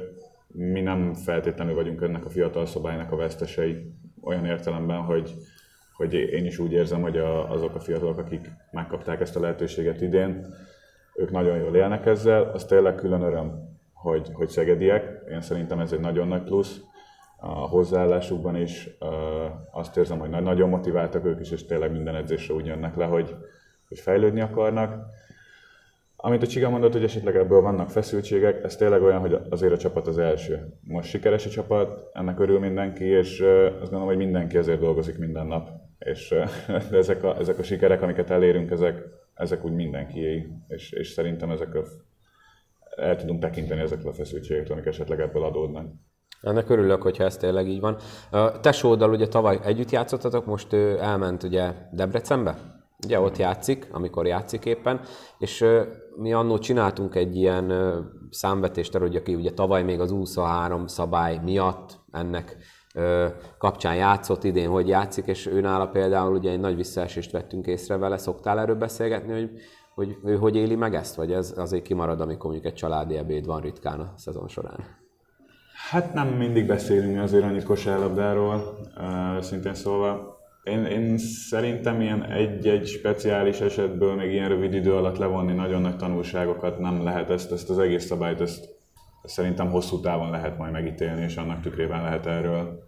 mi nem feltétlenül vagyunk ennek a fiatal szabálynak a vesztesei. Olyan értelemben, hogy, hogy én is úgy érzem, hogy a, azok a fiatalok, akik megkapták ezt a lehetőséget idén, ők nagyon jól élnek ezzel. Az tényleg külön öröm, hogy, hogy szegediek. Én szerintem ez egy nagyon nagy plusz. A hozzáállásukban is azt érzem, hogy nagyon motiváltak ők is, és tényleg minden edzésre úgy jönnek le, hogy, hogy fejlődni akarnak. Amit a Csiga mondott, hogy esetleg ebből vannak feszültségek, ez tényleg olyan, hogy azért a csapat az első. Most sikeres a csapat, ennek örül mindenki, és azt gondolom, hogy mindenki azért dolgozik minden nap. És ezek a, ezek a sikerek, amiket elérünk, ezek, ezek úgy mindenkié, és, és szerintem ezek a, el tudunk tekinteni ezekről a feszültségektől, amik esetleg ebből adódnak. Ennek örülök, hogyha ez tényleg így van. Tesóddal ugye tavaly együtt játszottatok, most ő elment ugye Debrecenbe, ugye ott játszik, amikor játszik éppen, és mi annól csináltunk egy ilyen számvetést, hogy aki ugye tavaly még az U huszonhárom szabály miatt ennek kapcsán játszott, idén hogy játszik, és őnála például ugye egy nagy visszaesést vettünk észre vele. Szoktál erről beszélgetni, hogy, hogy ő hogy éli meg ezt, vagy ez azért kimarad, amikor mondjuk egy családi ebéd van ritkán a szezon során? Hát nem mindig beszélünk azért annyit kosárlabdáról, szintén szólva. Én, én szerintem ilyen egy-egy speciális esetből még ilyen rövid idő alatt levonni nagyon nagy tanulságokat nem lehet. Ezt, ezt az egész szabályt ezt, ezt szerintem hosszú távon lehet majd megítélni, és annak tükrében lehet erről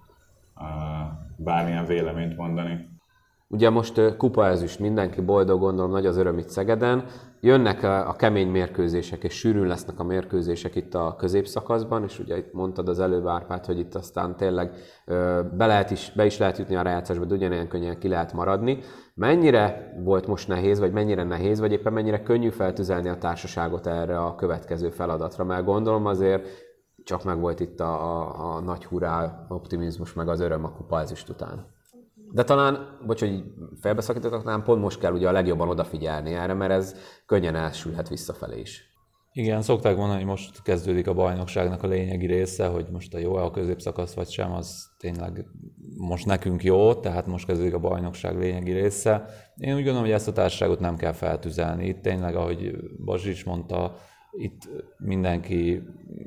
bármilyen véleményt mondani. Ugye most kupaezüst, mindenki boldog, gondolom, nagy az öröm itt Szegeden. Jönnek a kemény mérkőzések, és sűrűn lesznek a mérkőzések itt a középszakaszban, és ugye itt mondtad az előbb, Árpád, hogy itt aztán tényleg be, lehet is, be is lehet jutni a rájátszásba, de ugyanilyen könnyen ki lehet maradni. Mennyire volt most nehéz, vagy mennyire nehéz, vagy éppen mennyire könnyű feltüzelni a társaságot erre a következő feladatra? Mert gondolom azért csak meg volt itt a, a, a nagy hurrá, optimizmus, meg az öröm a kupaezüst után. De talán, bocs, hogy felbeszakítottak, talán pont most kell ugye a legjobban odafigyelni erre, mert ez könnyen elsülhet visszafelé is. Igen, szokták mondani, hogy most kezdődik a bajnokságnak a lényegi része, hogy most a jó-e a középszakasz vagy sem, az tényleg most nekünk jó, tehát most kezdődik a bajnokság lényegi része. Én úgy gondolom, hogy ezt a társaságot nem kell feltüzelni. Itt tényleg, ahogy Bazsi is mondta, itt mindenki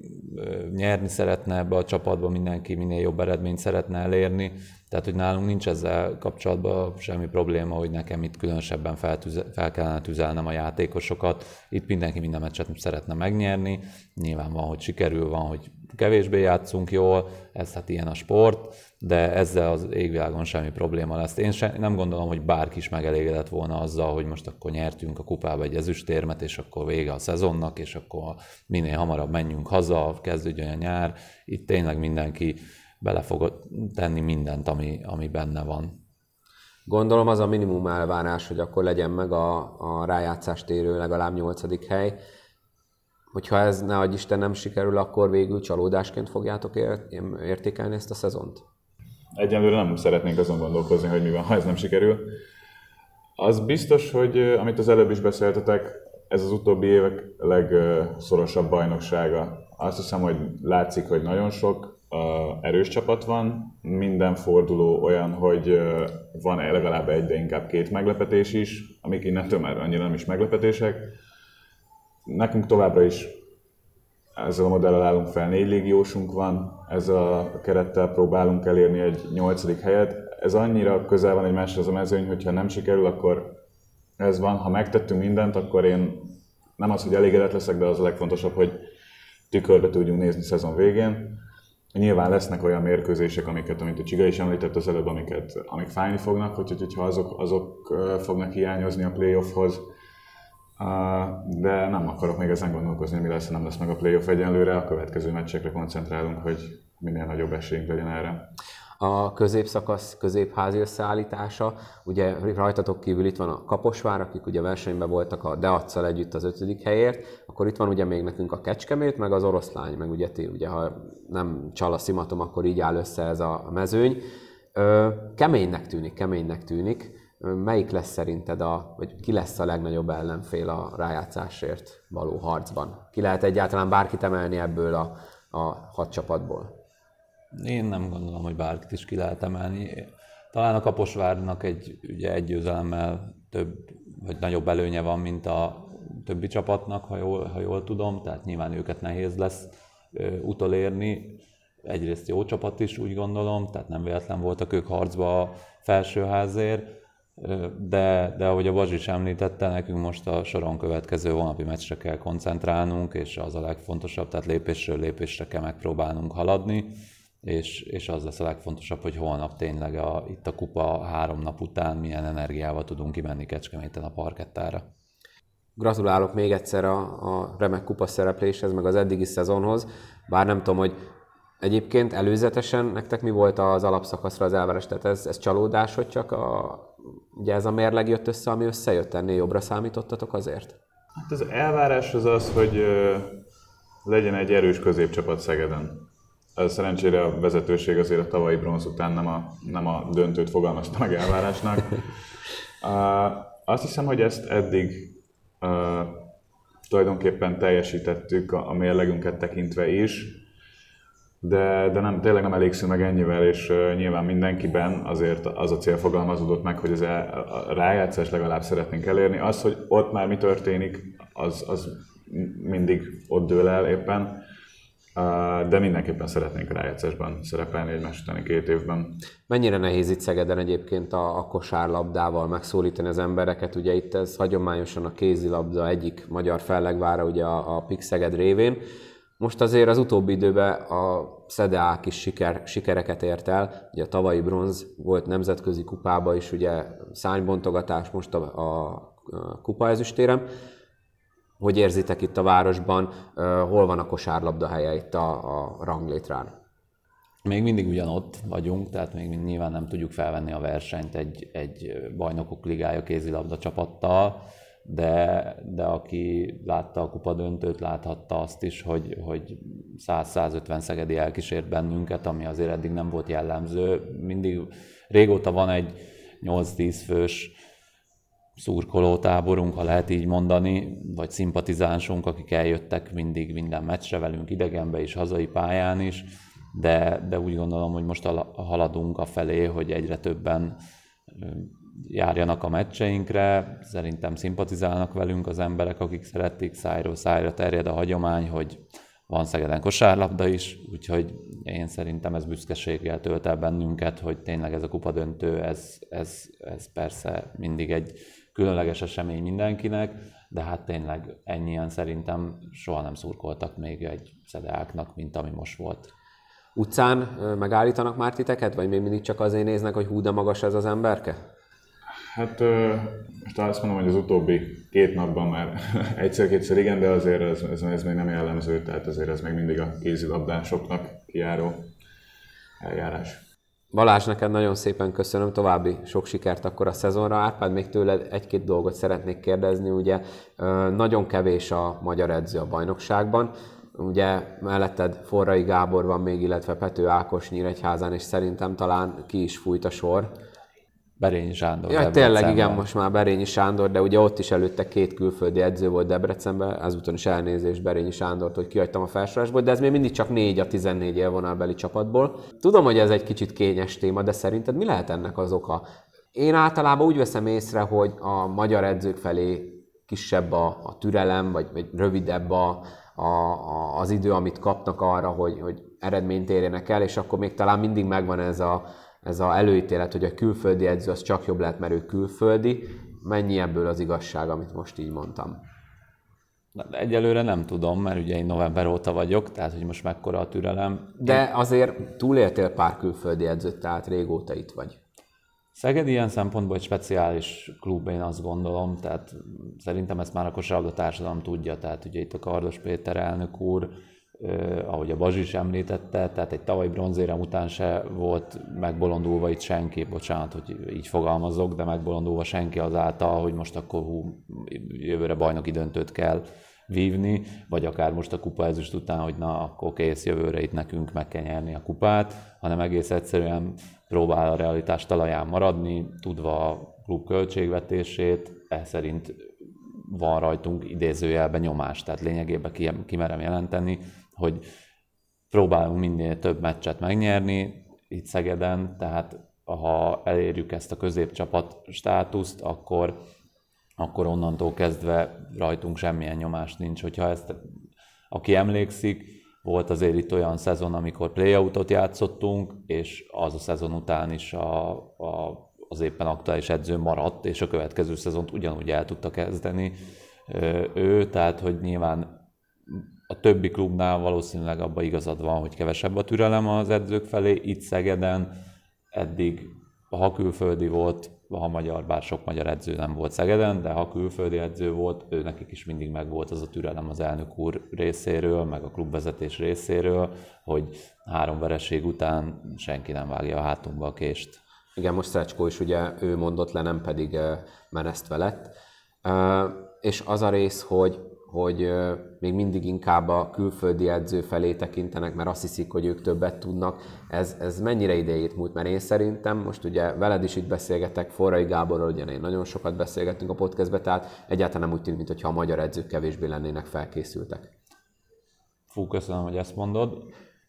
nyerni szeretne ebbe a csapatba, mindenki minél jobb eredményt szeretne elérni, tehát hogy nálunk nincs ezzel kapcsolatban semmi probléma, hogy nekem itt különösebben feltüze- fel kellene tüzelnem a játékosokat. Itt mindenki minden meccset szeretne megnyerni, nyilván van, hogy sikerül, van, hogy kevésbé játszunk jól, ez hát ilyen a sport, de ezzel az égvilágon semmi probléma lesz. Én sem, nem gondolom, hogy bárki is megelégedett volna azzal, hogy most akkor nyertünk a kupába egy ezüstérmet, és akkor vége a szezonnak, és akkor minél hamarabb menjünk haza, kezdődjön a nyár. Itt tényleg mindenki bele fog tenni mindent, ami, ami benne van. Gondolom az a minimum elvárás, hogy akkor legyen meg a, a rájátszást érő legalább nyolcadik hely. Hogyha ez ne adj Isten nem sikerül, akkor végül csalódásként fogjátok értékelni ezt a szezont? Egyelőre nem szeretnénk azon gondolkozni, hogy mi van, ha ez nem sikerül. Az biztos, hogy amit az előbb is beszéltetek, ez az utóbbi évek legszorosabb bajnoksága. Azt hiszem, hogy látszik, hogy nagyon sok erős csapat van, minden forduló olyan, hogy van legalább egy, de inkább két meglepetés is, amik innentől már annyira nem is meglepetések. Nekünk továbbra is ezzel a modellel állunk fel, négy légiósunk van, ezzel a kerettel próbálunk elérni egy nyolcadik helyet. Ez annyira közel van egymáshoz a mezőny, hogyha nem sikerül, akkor ez van. Ha megtettünk mindent, akkor én nem az, hogy elégedett leszek, de az a legfontosabb, hogy tükörbe tudjunk nézni szezon végén. Nyilván lesznek olyan mérkőzések, amiket, amit a Csiga is említett az előbb, amiket, amik fájni fognak, hogy, hogyha azok, azok fognak hiányozni a playoffhoz. De nem akarok még ezen gondolkozni, mi lesz, nem lesz meg a playoff egyenlőre. A következő meccsekre koncentrálunk, hogy minél nagyobb esélyünk legyen erre. A középszakasz, középházi összeállítása, ugye rajtatok kívül itt van a Kaposvár, akik ugye versenyben voltak a Deac-szal együtt az ötödik helyért, akkor itt van ugye még nekünk a Kecskemét, meg az Oroszlány, meg ugye ti, ugye ha nem csal a szimatom, akkor így áll össze ez a mezőny. Ö, keménynek tűnik, keménynek tűnik. Melyik lesz szerinted, a, vagy ki lesz a legnagyobb ellenfél a rájátszásért való harcban? Ki lehet egyáltalán bárkit emelni ebből a, a hat csapatból? Én nem gondolom, hogy bárkit is ki lehet emelni. Talán a Kaposvárnak egy, ugye egy győzelemmel több, vagy nagyobb előnye van, mint a többi csapatnak, ha jól, ha jól tudom, tehát nyilván őket nehéz lesz ö, utolérni. Egyrészt jó csapat is, úgy gondolom, tehát nem véletlen voltak ők harcba a felsőházért, de, de ahogy a Bazs is említette, nekünk most a soron következő holnapi meccsre kell koncentrálnunk, és az a legfontosabb, tehát lépésről lépésre kell megpróbálnunk haladni, és, és az lesz a legfontosabb, hogy holnap tényleg a, itt a kupa három nap után milyen energiával tudunk kimenni Kecskeméten a parkettára. Gratulálok még egyszer a, a remek kupa szerepléshez, meg az eddigi szezonhoz, bár nem tudom, hogy egyébként előzetesen nektek mi volt az alapszakaszra az elvárás? Tehát ez, ez csalódás, hogy csak a, ugye ez a mérleg jött össze, ami összejött, ennél jobbra számítottatok azért? Hát az elvárás az az, hogy ö, legyen egy erős középcsapat Szegeden. Az szerencsére a vezetőség azért a tavalyi bronz után nem a, nem a döntőt fogalmazta meg elvárásnak. Uh, azt hiszem, hogy ezt eddig uh, tulajdonképpen teljesítettük a, a mérlegünket tekintve is, de, de nem, tényleg nem elégszünk meg ennyivel, és uh, nyilván mindenkiben azért az a cél fogalmazódott meg, hogy az el, a rájátszás legalább szeretnénk elérni. Az, hogy ott már mi történik, az, az mindig ott dől el éppen. De mindenképpen szeretnénk a rájátszásban szerepelni egymás utáni két évben. Mennyire nehéz itt Szegeden egyébként a, a kosárlabdával megszólítani az embereket? Ugye itt ez hagyományosan a kézilabda egyik magyar fellegvára, ugye a, a PIK Szeged révén. Most azért az utóbbi időben a SZEDEÁK is siker, sikereket ért el. Ugye a tavalyi bronz volt nemzetközi kupába is, ugye szárnybontogatás most a, a, a kupa ezüstérem. Hogy érzitek itt a városban, hol van a kosárlabda helye itt a, a ranglétrán? Még mindig ugyanott vagyunk, tehát még nyilván nem tudjuk felvenni a versenyt egy, egy bajnokok ligája kézilabda csapattal, de, de aki látta a kupadöntőt, láthatta azt is, hogy, hogy száz-százötven szegedi elkísért bennünket, ami azért eddig nem volt jellemző. Mindig régóta van egy nyolc-tíz fős szurkolótáborunk, ha lehet így mondani, vagy szimpatizánsunk, akik eljöttek mindig minden meccsre velünk idegenbe is, hazai pályán is, de, de úgy gondolom, hogy most haladunk afelé, hogy egyre többen járjanak a meccseinkre. Szerintem szimpatizálnak velünk az emberek, akik szeretik, szájról szájra terjed a hagyomány, hogy van Szegeden kosárlabda is, úgyhogy én szerintem ez büszkeséggel tölt el bennünket, hogy tényleg ez a kupadöntő, ez, ez, ez persze mindig egy különleges esemény mindenkinek, de hát tényleg ennyien szerintem soha nem szurkoltak még egy SZEDEÁKnak, mint ami most volt. Utcán megállítanak már titeket, vagy még mindig csak azért néznek, hogy hú, de magas ez az emberke? Hát most azt mondom, hogy az utóbbi két napban már egyszer-kétszer igen, de azért ez, ez, ez még nem jellemző, tehát azért ez még mindig a kézilabdásoknak kijáró eljárás. Balázs, neked nagyon szépen köszönöm, további sok sikert akkor a szezonra. Árpád, még tőled egy-két dolgot szeretnék kérdezni, ugye nagyon kevés a magyar edző a bajnokságban, ugye melletted Forrai Gábor van még, illetve Pető Ákos Nyíregyházán, és szerintem talán ki is fújt a sor. Berényi Sándor. Ja, tényleg igen, most már Berényi Sándor, de ugye ott is előtte két külföldi edző volt Debrecenben, ezúton is elnézést Berényi Sándort, hogy kihagytam a felsorolásból, de ez még mindig csak négy a tizennégy élvonalbeli csapatból. Tudom, hogy ez egy kicsit kényes téma, de szerinted mi lehet ennek az oka? Én általában úgy veszem észre, hogy a magyar edzők felé kisebb a, a türelem, vagy, vagy rövidebb a, a, a, az idő, amit kapnak arra, hogy, hogy eredményt érjenek el, és akkor még talán mindig megvan ez a ez az előítélet, hogy a külföldi edző az csak jobb lehet, mert ő külföldi. Mennyi ebből az igazság, amit most így mondtam? Egyelőre nem tudom, mert ugye én november óta vagyok, tehát hogy most mekkora a türelem. De azért túléltél pár külföldi edzőt, tehát régóta itt vagy. Szeged ilyen szempontból egy speciális klub, én azt gondolom, tehát szerintem ezt már a kosárlabda társadalom tudja, tehát ugye itt a Kardos Péter elnök úr, eh, ahogy a Bazsi is említette, tehát egy tavalyi bronzérem után se volt megbolondulva itt senki, bocsánat, hogy így fogalmazok, de megbolondulva senki azáltal, hogy most akkor hú, jövőre bajnoki döntőt kell vívni, vagy akár most a kupa ezüst után, hogy na, akkor kész, jövőre itt nekünk meg kell nyerni a kupát, hanem egész egyszerűen próbál a realitás talaján maradni, tudva a klub költségvetését, ez szerint van rajtunk idézőjelben nyomás, tehát lényegében kimerem jelenteni, hogy próbálunk minél több meccset megnyerni itt Szegeden, tehát ha elérjük ezt a középcsapat státuszt, akkor akkor onnantól kezdve rajtunk semmilyen nyomás nincs. Hogyha ezt, aki emlékszik, volt azért itt olyan szezon, amikor play-outot játszottunk, és az a szezon után is a, a, az éppen aktuális edző maradt, és a következő szezont ugyanúgy el tudta kezdeni ő, tehát hogy nyilván a többi klubnál valószínűleg abban igazad van, hogy kevesebb a türelem az edzők felé. Itt Szegeden eddig, ha külföldi volt, ha magyar, bár sok magyar edző nem volt Szegeden, de ha külföldi edző volt, ő nekik is mindig megvolt az a türelem az elnök úr részéről, meg a klubvezetés részéről, hogy három vereség után senki nem vágja a hátunkba a kést. Igen, most Szecskó is ugye ő mondott le, nem pedig uh, menesztve lett. Uh, és az a rész, hogy hogy még mindig inkább a külföldi edző felé tekintenek, mert azt hiszik, hogy ők többet tudnak. Ez, ez mennyire idejét múlt? Mert én szerintem, most ugye veled is itt beszélgetek, Forrai Gáborral, ugye én nagyon sokat beszélgettünk a podcastbe, tehát egyáltalán nem úgy tűnik, mintha a magyar edzők kevésbé lennének felkészültek. Fú, köszönöm, hogy ezt mondod.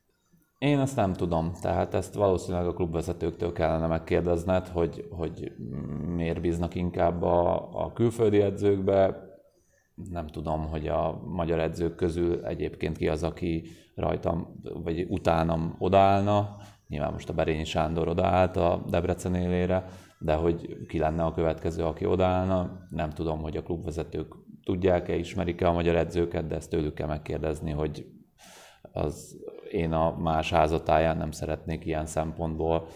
Én ezt nem tudom, tehát ezt valószínűleg a klubvezetőktől kellene megkérdezned, hogy, hogy miért bíznak inkább a, a külföldi edzőkbe. Nem tudom, hogy a magyar edzők közül egyébként ki az, aki rajtam, vagy utánam odaállna. Nyilván most a Berényi Sándor odaállt a Debrecen élére, de hogy ki lenne a következő, aki odaállna. Nem tudom, hogy a klubvezetők tudják-e, ismerik-e a magyar edzőket, de ezt tőlük kell megkérdezni, hogy az én a más házatáján nem szeretnék ilyen szempontból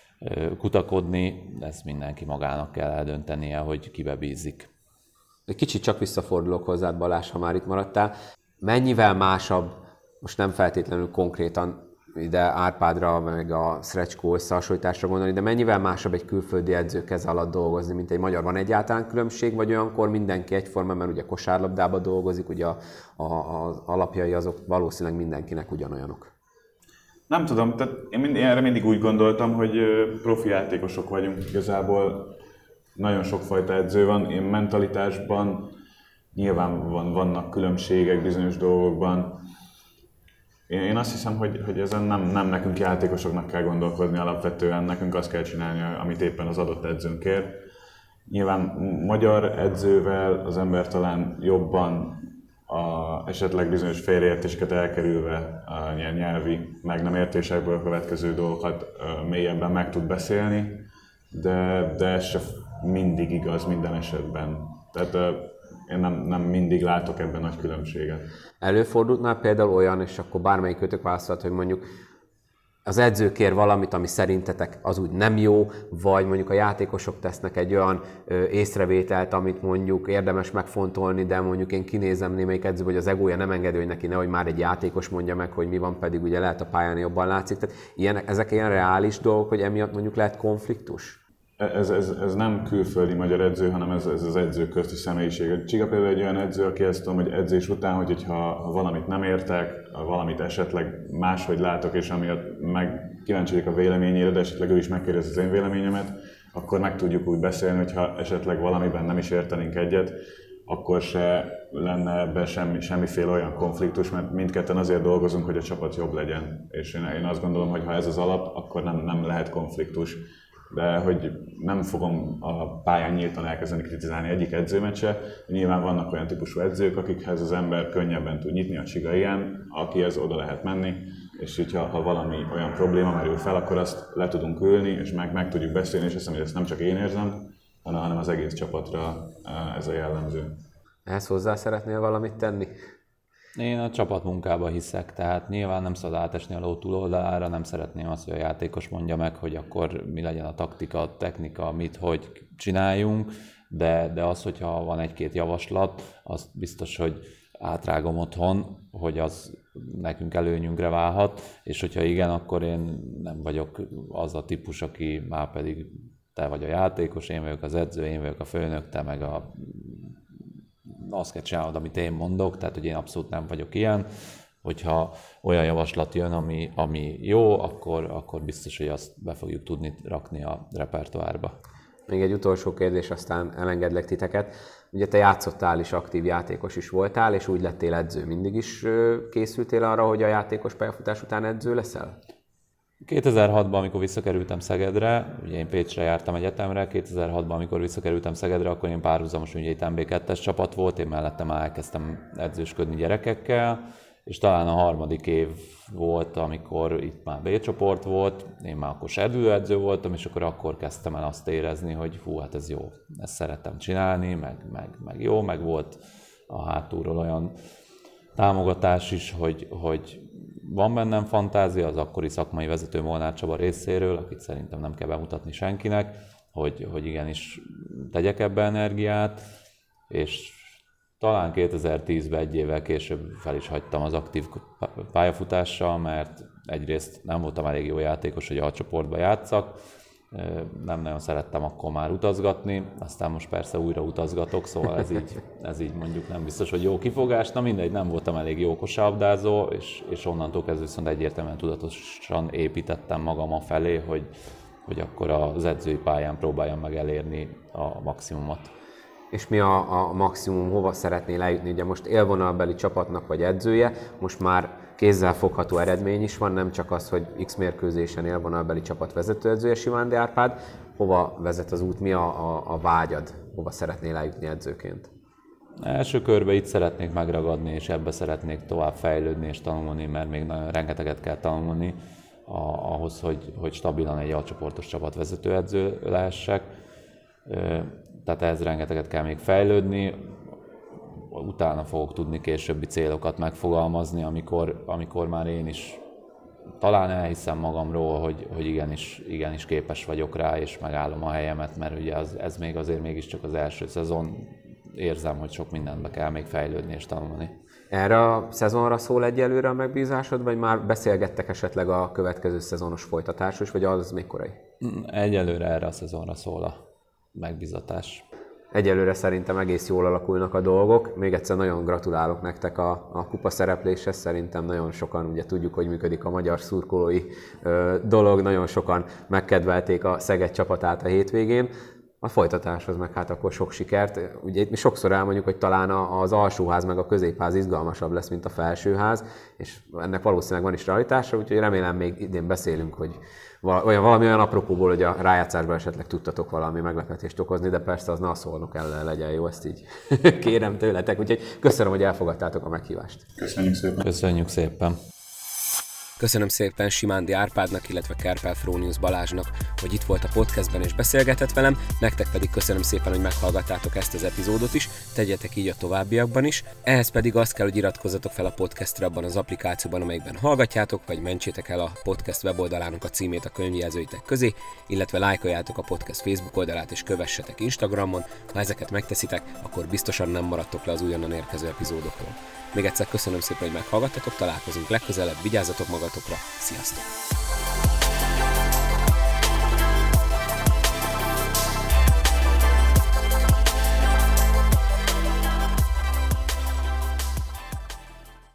kutakodni, de ezt mindenki magának kell eldöntenie, hogy kibe bízik. Egy kicsit csak visszafordulok hozzád, Balázs, ha már itt maradtál. Mennyivel másabb, most nem feltétlenül konkrétan ide Árpádra, meg a Szrecskó összehasonlításra gondolni, de mennyivel másabb egy külföldi edző keze alatt dolgozni, mint egy magyar? Van egyáltalán különbség, vagy olyankor mindenki egyforma, mert ugye kosárlabdában dolgozik, ugye a, a, az alapjai azok valószínűleg mindenkinek ugyanolyanok? Nem tudom, tehát én, mind, én erre mindig úgy gondoltam, hogy profi játékosok vagyunk igazából. Nagyon sokfajta edző van, én mentalitásban nyilván van, vannak különbségek bizonyos dolgokban. Én azt hiszem, hogy, hogy ezen nem, nem nekünk játékosoknak kell gondolkodni alapvetően, nekünk azt kell csinálni, amit éppen az adott edzőnk kér. Nyilván magyar edzővel az ember talán jobban a, esetleg bizonyos félreértéseket elkerülve a nyelvi meg nem értésekből következő dolgokat mélyebben meg tud beszélni, de, de ez se mindig igaz minden esetben. Tehát uh, én nem, nem mindig látok ebben nagy különbséget. Előfordult már például olyan, és akkor bármelyik kötök válaszolt, hogy mondjuk az edző kér valamit, ami szerintetek az úgy nem jó, vagy mondjuk a játékosok tesznek egy olyan ö, észrevételt, amit mondjuk érdemes megfontolni, de mondjuk én kinézem némelyik edző, hogy az egója nem engedő, hogy neki nehogy már egy játékos mondja meg, hogy mi van, pedig ugye lehet a pályán jobban látszik. Tehát ilyen, ezek ilyen reális dolgok, hogy emiatt mondjuk lehet konfliktus? Ez, ez, ez nem külföldi magyar edző, hanem ez, ez az edzők közti személyiség. Csiga például egy olyan edző, aki ezt tudom, hogy edzés után, hogy hogyha ha valamit nem értek, valamit esetleg máshogy látok, és amiatt meg kíváncsi vagyok a véleményére, de esetleg ő is megkérdezi az én véleményemet, akkor meg tudjuk úgy beszélni, hogyha esetleg valamiben nem is értenénk egyet, akkor se lenne ebben semmi, semmiféle olyan konfliktus, mert mindketten azért dolgozunk, hogy a csapat jobb legyen. És én, én azt gondolom, hogy ha ez az alap, akkor nem, nem lehet konfliktus. De hogy nem fogom a pályán nyíltan elkezdeni kritizálni egyik edzőmet se. Nyilván vannak olyan típusú edzők, akikhez az ember könnyebben tud nyitni, a Csiga ilyen, akihez oda lehet menni, és hogyha ha valami olyan probléma merül fel, akkor azt le tudunk ülni, és meg, meg tudjuk beszélni, és azt hiszem, hogy ezt nem csak én érzem, hanem az egész csapatra ez a jellemző. Ehhez hozzá szeretnél valamit tenni? Én a csapatmunkába hiszek, tehát nyilván nem szabad átesni a ló túloldalára, nem szeretném azt, hogy a játékos mondja meg, hogy akkor mi legyen a taktika, a technika, mit, hogy csináljunk, de, de az, hogyha van egy-két javaslat, az biztos, hogy átrágom otthon, hogy az nekünk előnyünkre válhat, és hogyha igen, akkor én nem vagyok az a típus, aki már pedig te vagy a játékos, én vagyok az edző, én vagyok a főnök, te meg a azt kell csinálod, amit én mondok, tehát hogy én abszolút nem vagyok ilyen. Hogyha olyan javaslat jön, ami, ami jó, akkor, akkor biztos, hogy azt be fogjuk tudni rakni a repertoárba. Még egy utolsó kérdés, aztán elengedlek titeket. Ugye te játszottál is, aktív játékos is voltál, és úgy lettél edző. Mindig is készültél arra, hogy a játékos pályafutás után edző leszel? kétezer-hatban, amikor visszakerültem Szegedre, ugye én Pécsre jártam egyetemre, kétezer-hatban, amikor visszakerültem Szegedre, akkor én párhuzamosan ugye egy em bé kettes csapat volt, én mellette már elkezdtem edzősködni gyerekekkel, és talán a harmadik év volt, amikor itt már B csoport volt, én már akkor serdülőedző voltam, és akkor akkor kezdtem el azt érezni, hogy hú, hát ez jó, ezt szerettem csinálni, meg, meg, meg jó, meg volt a hátulról olyan támogatás is, hogy, hogy van bennem fantázia az akkori szakmai vezető Molnár Csaba részéről, akit szerintem nem kell bemutatni senkinek, hogy, hogy igenis tegyek ebbe energiát, és talán kétezer-tízben, egy évvel később fel is hagytam az aktív pályafutással, mert egyrészt nem voltam elég jó játékos, hogy a csoportba játszak, nem nagyon szerettem akkor már utazgatni, aztán most persze újra utazgatok, szóval ez így, ez így mondjuk nem biztos, hogy jó kifogás, na mindegy, nem voltam elég jó kosárlabdázó, és, és onnantól kezdve viszont egyértelműen tudatosan építettem magam afelé, hogy, hogy akkor az edzői pályán próbáljam meg elérni a maximumot. És mi a, a maximum, hova szeretnél eljutni? Ugye most élvonalbeli csapatnak vagy edzője, most már kézzelfogható eredmény is van, nem csak az, hogy X mérkőzésen élvonalbeli csapat vezetőedzője Simándi Árpád. Hova vezet az út, mi a, a, a vágyad, hova szeretnél eljutni edzőként? Első körben itt szeretnék megragadni, és ebbe szeretnék tovább fejlődni és tanulni, mert még nagyon rengeteget kell tanulni ahhoz, hogy, hogy stabilan egy alcsoportos csapat vezetőedző lehessek. Tehát ehhez rengeteget kell még fejlődni, utána fogok tudni későbbi célokat megfogalmazni, amikor, amikor már én is talán elhiszem magamról, hogy, hogy igenis, igenis képes vagyok rá, és megállom a helyemet, mert ugye az, ez még azért mégiscsak az első szezon, érzem, hogy sok mindenbe kell még fejlődni és tanulni. Erre a szezonra szól egyelőre a megbízásod, vagy már beszélgettek esetleg a következő szezonos folytatásról, vagy az még korai? Egyelőre erre a szezonra szól a megbízatás. Egyelőre szerintem egész jól alakulnak a dolgok. Még egyszer nagyon gratulálok nektek a, a kupa szerepléshez. Szerintem nagyon sokan, ugye tudjuk, hogy működik a magyar szurkolói ö, dolog, nagyon sokan megkedvelték a Szeged csapatát a hétvégén. A folytatáshoz meg hát akkor sok sikert. Ugye itt mi sokszor elmondjuk, hogy talán az alsóház meg a középház izgalmasabb lesz, mint a felsőház, és ennek valószínűleg van is realitása, úgyhogy remélem még idén beszélünk, hogy olyan, valami olyan apropóból, hogy a rájátszásban esetleg tudtatok valami meglepetést okozni, de persze az ne a Szolnok ellen legyen, jó, ezt így kérem tőletek. Úgyhogy köszönöm, hogy elfogadtátok a meghívást. Köszönjük szépen. Köszönjük szépen. Köszönöm szépen Simándi Árpádnak, illetve Kerpel Frónius Balázsnak, hogy itt volt a podcastben és beszélgetett velem, nektek pedig köszönöm szépen, hogy meghallgattátok ezt az epizódot is, tegyetek így a továbbiakban is. Ehhez pedig azt kell, hogy iratkozzatok fel a podcastra abban az applikációban, amelyikben hallgatjátok, vagy mentsétek el a podcast weboldalának a címét a könyvjelzőitek közé, illetve lájkoljátok a podcast Facebook oldalát és kövessetek Instagramon. Ha ezeket megteszitek, akkor biztosan nem maradtok le az újonnan érkező epizódokról. Még egyszer köszönöm szépen, hogy meghallgattatok, találkozunk legközelebb, vigyázzatok magatokra, sziasztok!